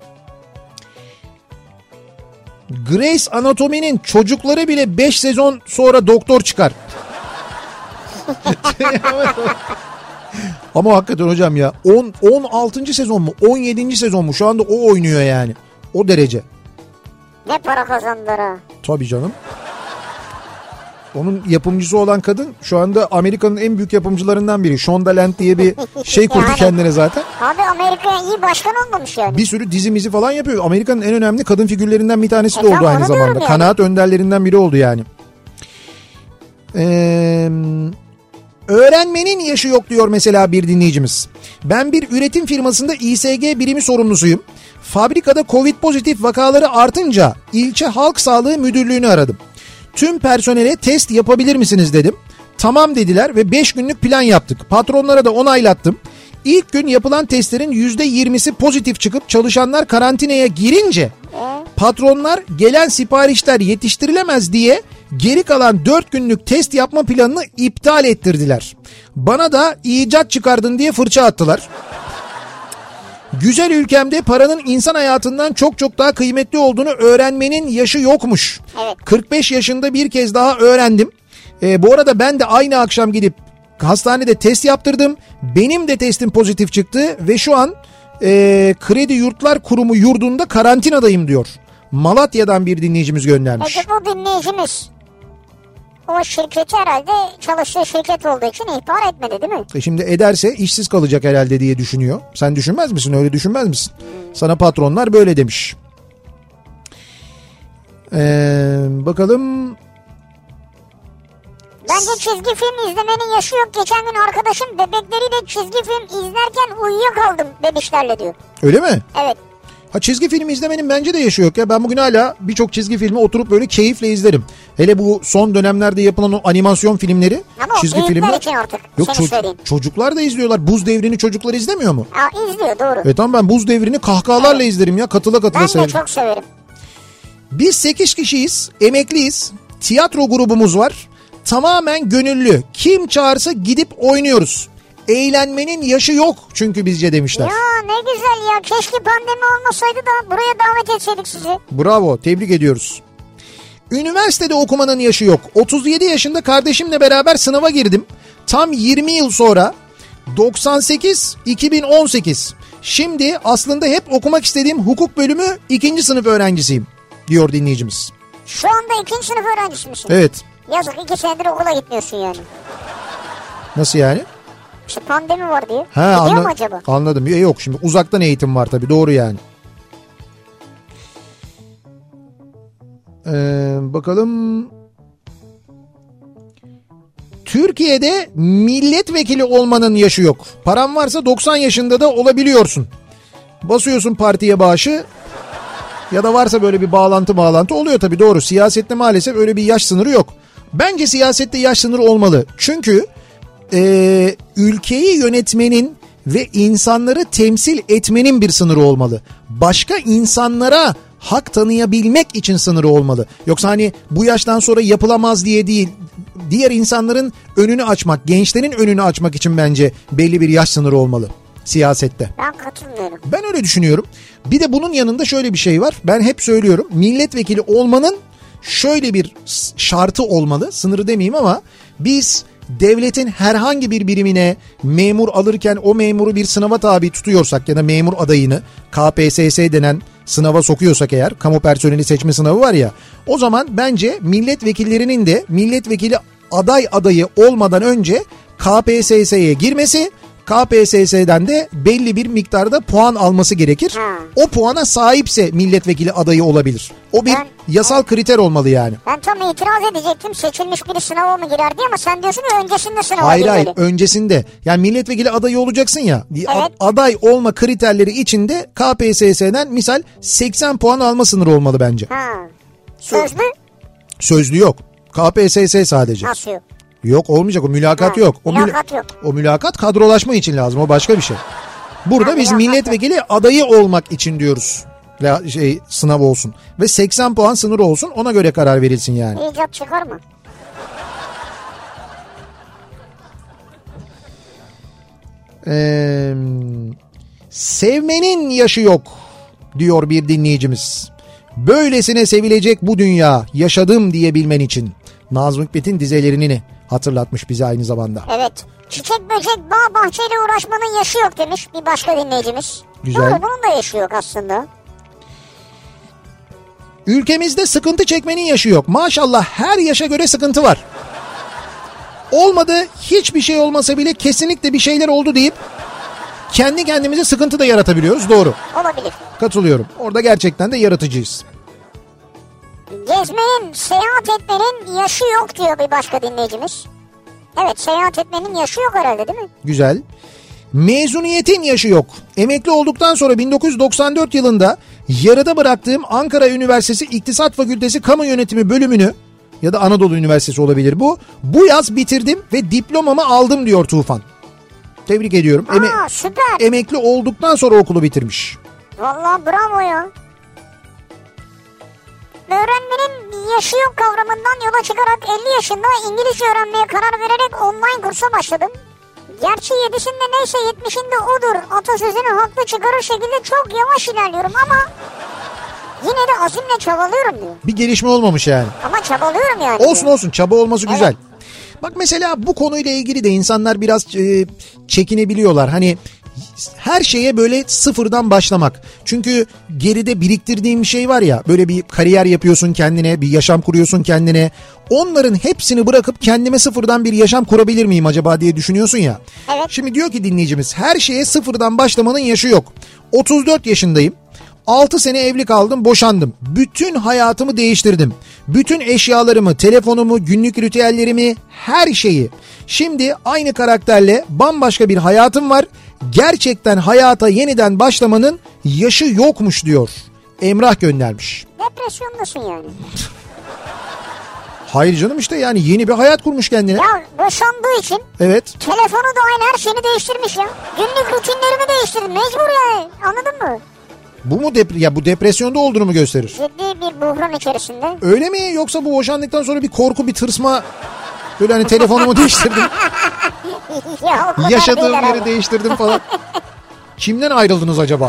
Grey's Anatomy'nin çocukları bile beş sezon sonra doktor çıkar. Ama hakikaten hocam ya on on altıncı sezon mu on yedinci sezon mu şu anda o oynuyor yani. O derece. Ne para kazandılar ha. Tabii canım. Onun yapımcısı olan kadın şu anda Amerika'nın en büyük yapımcılarından biri. Shondaland diye bir şey kurdu Yani. kendine zaten. Abi Amerika'ya iyi başkan olmamış yani. Bir sürü dizimizi falan yapıyor. Amerika'nın en önemli kadın figürlerinden bir tanesi de E oldu tamam, aynı onu diyorum zamanda. yani. Kanaat önderlerinden biri oldu yani. Ee, öğrenmenin yaşı yok diyor mesela bir dinleyicimiz. Ben bir üretim firmasında İ S G birimi sorumlusuyum. Fabrikada Covid pozitif vakaları artınca ilçe halk sağlığı müdürlüğünü aradım. Tüm personele test yapabilir misiniz dedim. Tamam dediler ve beş günlük plan yaptık. Patronlara da onaylattım. İlk gün yapılan testlerin yüzde yirmisi pozitif çıkıp çalışanlar karantinaya girince patronlar gelen siparişler yetiştirilemez diye geri kalan dört günlük test yapma planını iptal ettirdiler. Bana da icat çıkardın diye fırça attılar. Güzel ülkemde paranın insan hayatından çok çok daha kıymetli olduğunu öğrenmenin yaşı yokmuş. Evet. kırk beş yaşında bir kez daha öğrendim. E, bu arada ben de aynı akşam gidip hastanede test yaptırdım. Benim de testim pozitif çıktı ve şu an e, Kredi Yurtlar Kurumu yurdunda karantinadayım diyor. Malatya'dan bir dinleyicimiz göndermiş. Peki bu dinleyicimiz o şirketi herhalde çalıştığı şirket olduğu için ihbar etmedi değil mi? E şimdi ederse işsiz kalacak herhalde diye düşünüyor. Sen düşünmez misin? Öyle düşünmez misin? Sana patronlar böyle demiş. Ee, bakalım. Bence çizgi film izlemenin yaşı yok. Geçen gün arkadaşım bebekleriyle çizgi film izlerken uyuyakaldım bebişlerle diyor. Öyle mi? Evet. Ha çizgi film izlemenin bence de yaşı yok ya. Ben bugün hala birçok çizgi filmi oturup böyle keyifle izlerim. Hele bu son dönemlerde yapılan o animasyon filmleri, Ama çizgi büyükler filmler. için artık. Yok Seni ço- söyleyeyim. çocuklar da izliyorlar. Buz Devri'ni çocuklar izlemiyor mu? Aa, izliyor doğru. E tamam ben Buz Devri'ni kahkahalarla Evet. izlerim ya. Katıla katıla Ben de severim. çok severim. Biz sekiz kişiyiz, emekliyiz. Tiyatro grubumuz var. Tamamen gönüllü. Kim çağırsa gidip oynuyoruz. Eğlenmenin yaşı yok çünkü bizce demişler. Ya ne güzel ya. Keşke pandemi olmasaydı da buraya davet etseydik sizi. Bravo, tebrik ediyoruz. Üniversitede okumanın yaşı yok. otuz yedi yaşında kardeşimle beraber sınava girdim. Tam yirmi yıl sonra doksan sekiz iki bin on sekiz. Şimdi aslında hep okumak istediğim hukuk bölümü ikinci sınıf öğrencisiyim diyor dinleyicimiz. Şu anda ikinci sınıf öğrencisi misin? Evet. Yazık iki senedir okula gitmiyorsun yani. Nasıl yani? İşte pandemi var diye. Ha, Gidiyor anla- mu acaba? Anladım. E, yok şimdi uzaktan eğitim var tabii doğru yani. Ee, bakalım. Türkiye'de milletvekili olmanın yaşı yok. Paran varsa doksan yaşında da olabiliyorsun. Basıyorsun partiye bağışı ya da varsa böyle bir bağlantı bağlantı oluyor tabii doğru. Siyasette maalesef öyle bir yaş sınırı yok. Bence siyasette yaş sınırı olmalı. Çünkü e, ülkeyi yönetmenin ve insanları temsil etmenin bir sınırı olmalı. Başka insanlara hak tanıyabilmek için sınırı olmalı. Yoksa hani bu yaştan sonra yapılamaz diye değil, diğer insanların önünü açmak, gençlerin önünü açmak için bence belli bir yaş sınırı olmalı siyasette. Ben katılmıyorum. Ben öyle düşünüyorum. Bir de bunun yanında şöyle bir şey var. Ben hep söylüyorum. Milletvekili olmanın şöyle bir şartı olmalı. Sınırı demeyeyim ama biz devletin herhangi bir birimine memur alırken o memuru bir sınava tabi tutuyorsak ya da memur adayını K P S S denen sınava sokuyorsak eğer, kamu personeli seçme sınavı var ya, o zaman bence milletvekillerinin de milletvekili aday adayı olmadan önce K P S S'ye girmesi, K P S S'den de belli bir miktarda puan alması gerekir. Hmm. O puana sahipse milletvekili adayı olabilir. O bir Ben- yasal kriter olmalı yani. Ben tam itiraz edecektim, seçilmiş biri sınava mı girer diye, ama sen diyorsun ki öncesinde sınava Hayır girmeli. hayır, öncesinde. Yani milletvekili adayı olacaksın ya. Bir Evet. a- aday olma kriterleri içinde K P S S'den misal seksen puan alma sınırı olmalı bence. Ha. Sözlü Sözlü yok. K P S S sadece. nasıl yok? Yok, olmayacak, o mülakat Ha, yok. O müla- mülakat yok. O mülakat kadrolaşma için lazım, o başka bir şey. Burada Ha, biz mülakat milletvekili adayı olmak için diyoruz. La- şey sınav olsun ve seksen puan sınırı olsun, ona göre karar verilsin yani. İcat çıkar mı? Ee, sevmenin yaşı yok diyor bir dinleyicimiz. Böylesine sevilecek bu dünya yaşadım diyebilmen için. Nazım Hikmet'in dizelerini hatırlatmış bize aynı zamanda. Evet. Çiçek böcek bağ bahçeyle uğraşmanın yaşı yok demiş bir başka dinleyicimiz. Güzel. Doğru, bunun da yaşı yok aslında. Ülkemizde sıkıntı çekmenin yaşı yok. Maşallah her yaşa göre sıkıntı var. Olmadı, hiçbir şey olmasa bile kesinlikle bir şeyler oldu deyip kendi kendimize sıkıntı da yaratabiliyoruz. Doğru. Olabilir. Katılıyorum. Orada gerçekten de yaratıcıyız. Gezmenin, seyahat etmenin yaşı yok diyor bir başka dinleyicimiz. Evet, seyahat etmenin yaşı yok herhalde değil mi? Güzel. Mezuniyetin yaşı yok. Emekli olduktan sonra bin dokuz yüz doksan dört yılında yarıda bıraktığım Ankara Üniversitesi İktisat Fakültesi Kamu Yönetimi bölümünü, ya da Anadolu Üniversitesi olabilir bu, bu yaz bitirdim ve diplomamı aldım diyor Tufan. Tebrik ediyorum. Eme- Aa, süper. emekli olduktan sonra okulu bitirmiş. Vallahi bravo ya. Öğrenmenin yaşı yok kavramından yola çıkarak elli yaşında İngilizce öğrenmeye karar vererek online kursa başladım. Gerçi yedisinde neyse yetmişinde odur atasözünü haklı çıkarır şekilde çok yavaş ilerliyorum ama yine de azimle çabalıyorum diyor. Bir gelişme olmamış yani. Ama çabalıyorum yani. Olsun diyor. olsun, çaba olması güzel. Evet. Bak mesela bu konuyla ilgili de insanlar biraz e, çekinebiliyorlar. Hani her şeye böyle sıfırdan başlamak. Çünkü geride biriktirdiğin bir şey var ya, böyle bir kariyer yapıyorsun kendine, bir yaşam kuruyorsun kendine. Onların hepsini bırakıp kendime sıfırdan bir yaşam kurabilir miyim acaba diye düşünüyorsun ya. Evet. Şimdi diyor ki dinleyicimiz, her şeye sıfırdan başlamanın yaşı yok. otuz dört yaşındayım. altı sene evli kaldım, boşandım. Bütün hayatımı değiştirdim. Bütün eşyalarımı, telefonumu, günlük ritüellerimi, her şeyi. Şimdi aynı karakterle bambaşka bir hayatım var. Gerçekten hayata yeniden başlamanın yaşı yokmuş diyor. Emrah göndermiş. Depresyondasın yani. Hayır canım, işte yani yeni bir hayat kurmuş kendine. Ya boşandığı için Evet. telefonu da aynı, her şeyini değiştirmiş ya. Günlük rutinlerimi değiştirdim. Mecbur yani. Anladın mı? Bu mu dep ya bu depresyonda olduğunu mu gösterir? Ciddi bir buhran içerisinde. Öyle mi, yoksa bu boşandıktan sonra bir korku, bir tırsma, böyle hani telefonumu değiştirdim, Ya o kadar yaşadığım değil yeri herhalde. değiştirdim falan. Kimden ayrıldınız acaba?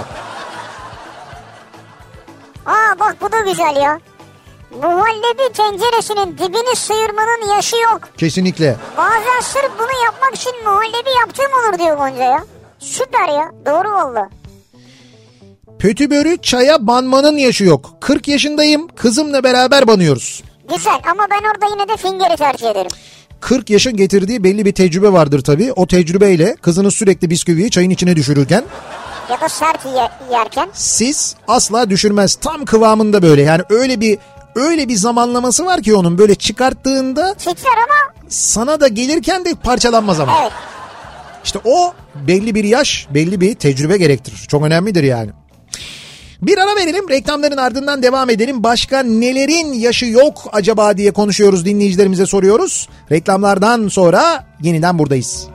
Aa bak bu da güzel ya. Muhallebi tenceresinin dibini sıyırmanın yaşı yok. Kesinlikle. Bazen sırf bunu yapmak için muhallebi yaptığım olur diyor Gonca ya. Süper ya, doğru valla. Pötübörü çaya banmanın yaşı yok. kırk yaşındayım, kızımla beraber banıyoruz. Güzel ama ben orada yine de fingeri tercih ederim. kırk yaşın getirdiği belli bir tecrübe vardır tabii. O tecrübeyle kızınız sürekli bisküviyi çayın içine düşürürken Ya da sert ye- yerken. siz asla düşürmez. Tam kıvamında böyle, yani öyle bir öyle bir zamanlaması var ki onun, böyle çıkarttığında Titrer ama sana da gelirken de parçalanmaz ama. evet. İşte o belli bir yaş, belli bir tecrübe gerektirir. Çok önemlidir yani. Bir ara verelim, reklamların ardından devam edelim. Başka nelerin yaşı yok acaba diye konuşuyoruz, dinleyicilerimize soruyoruz. Reklamlardan sonra yeniden buradayız.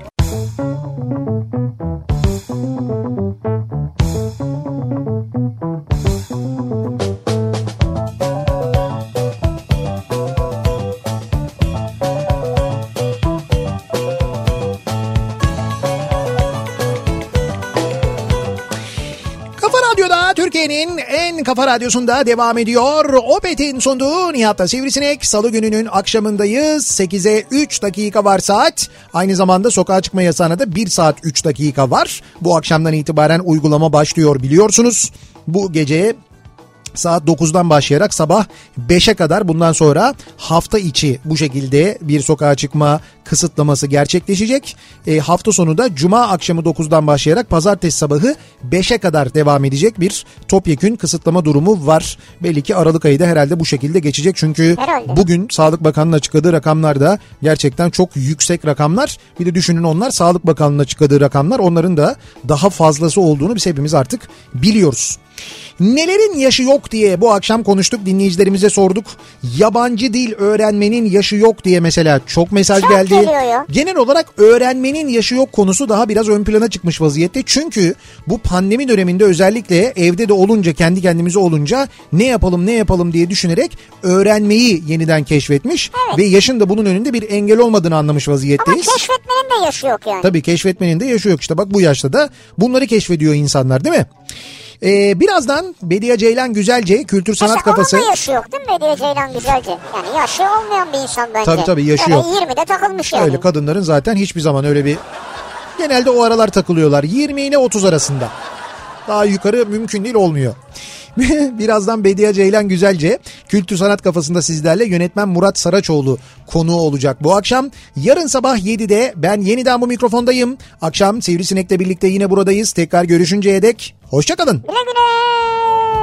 Rabarba Türkiye'nin en kafa radyosunda devam ediyor. Opet'in sunduğu Nihat'la Sivrisinek. Salı gününün akşamındayız. sekize üç dakika var saat. Aynı zamanda sokağa çıkma yasağına da bir saat üç dakika var. Bu akşamdan itibaren uygulama başlıyor biliyorsunuz. Bu gece saat dokuzdan başlayarak sabah beşe kadar bundan sonra hafta içi bu şekilde bir sokağa çıkma kısıtlaması gerçekleşecek. E, hafta sonu da cuma akşamı dokuzdan başlayarak pazartesi sabahı beşe kadar devam edecek bir topyekün kısıtlama durumu var. Belli ki Aralık ayı da herhalde bu şekilde geçecek. Çünkü herhalde bugün Sağlık Bakanlığı'nın açıkladığı rakamlar da gerçekten çok yüksek rakamlar. Bir de düşünün onlar Sağlık Bakanlığı'nın açıkladığı rakamlar, onların da daha fazlası olduğunu biz hepimiz artık biliyoruz. Nelerin yaşı yok diye bu akşam konuştuk, dinleyicilerimize sorduk. Yabancı dil öğrenmenin yaşı yok diye mesela çok mesaj çok geldi. Geliyor. Genel olarak öğrenmenin yaşı yok konusu daha biraz ön plana çıkmış vaziyette. Çünkü bu pandemi döneminde özellikle evde de olunca, kendi kendimize olunca ne yapalım ne yapalım diye düşünerek öğrenmeyi yeniden keşfetmiş. Evet. Ve yaşın da bunun önünde bir engel olmadığını anlamış vaziyetteyiz. Ama keşfetmenin de yaşı yok yani. Tabii keşfetmenin de yaşı yok, işte bak bu yaşta da bunları keşfediyor insanlar, değil mi? Ee, birazdan Bediye Ceylan Güzelce Kültür Sanat Mesela Kafası. onun da yaşı yok değil mi Bediye Ceylan Güzelce? Yani yaşı olmayan bir insan bence. Tabii tabii yaşı öyle yok. yirmide takılmış yani. Öyle kadınların zaten hiçbir zaman öyle bir... Genelde o aralar takılıyorlar. yirmi ile otuz arasında. Daha yukarı mümkün değil, olmuyor. Birazdan Bediye Ceylan Güzelce Kültür Sanat Kafası'nda sizlerle yönetmen Murat Saraçoğlu konuğu olacak bu akşam. Yarın sabah yedide ben yeniden bu mikrofondayım. Akşam Sivrisinek'le birlikte yine buradayız. Tekrar görüşünceye dek hoşça kalın. Güle güle.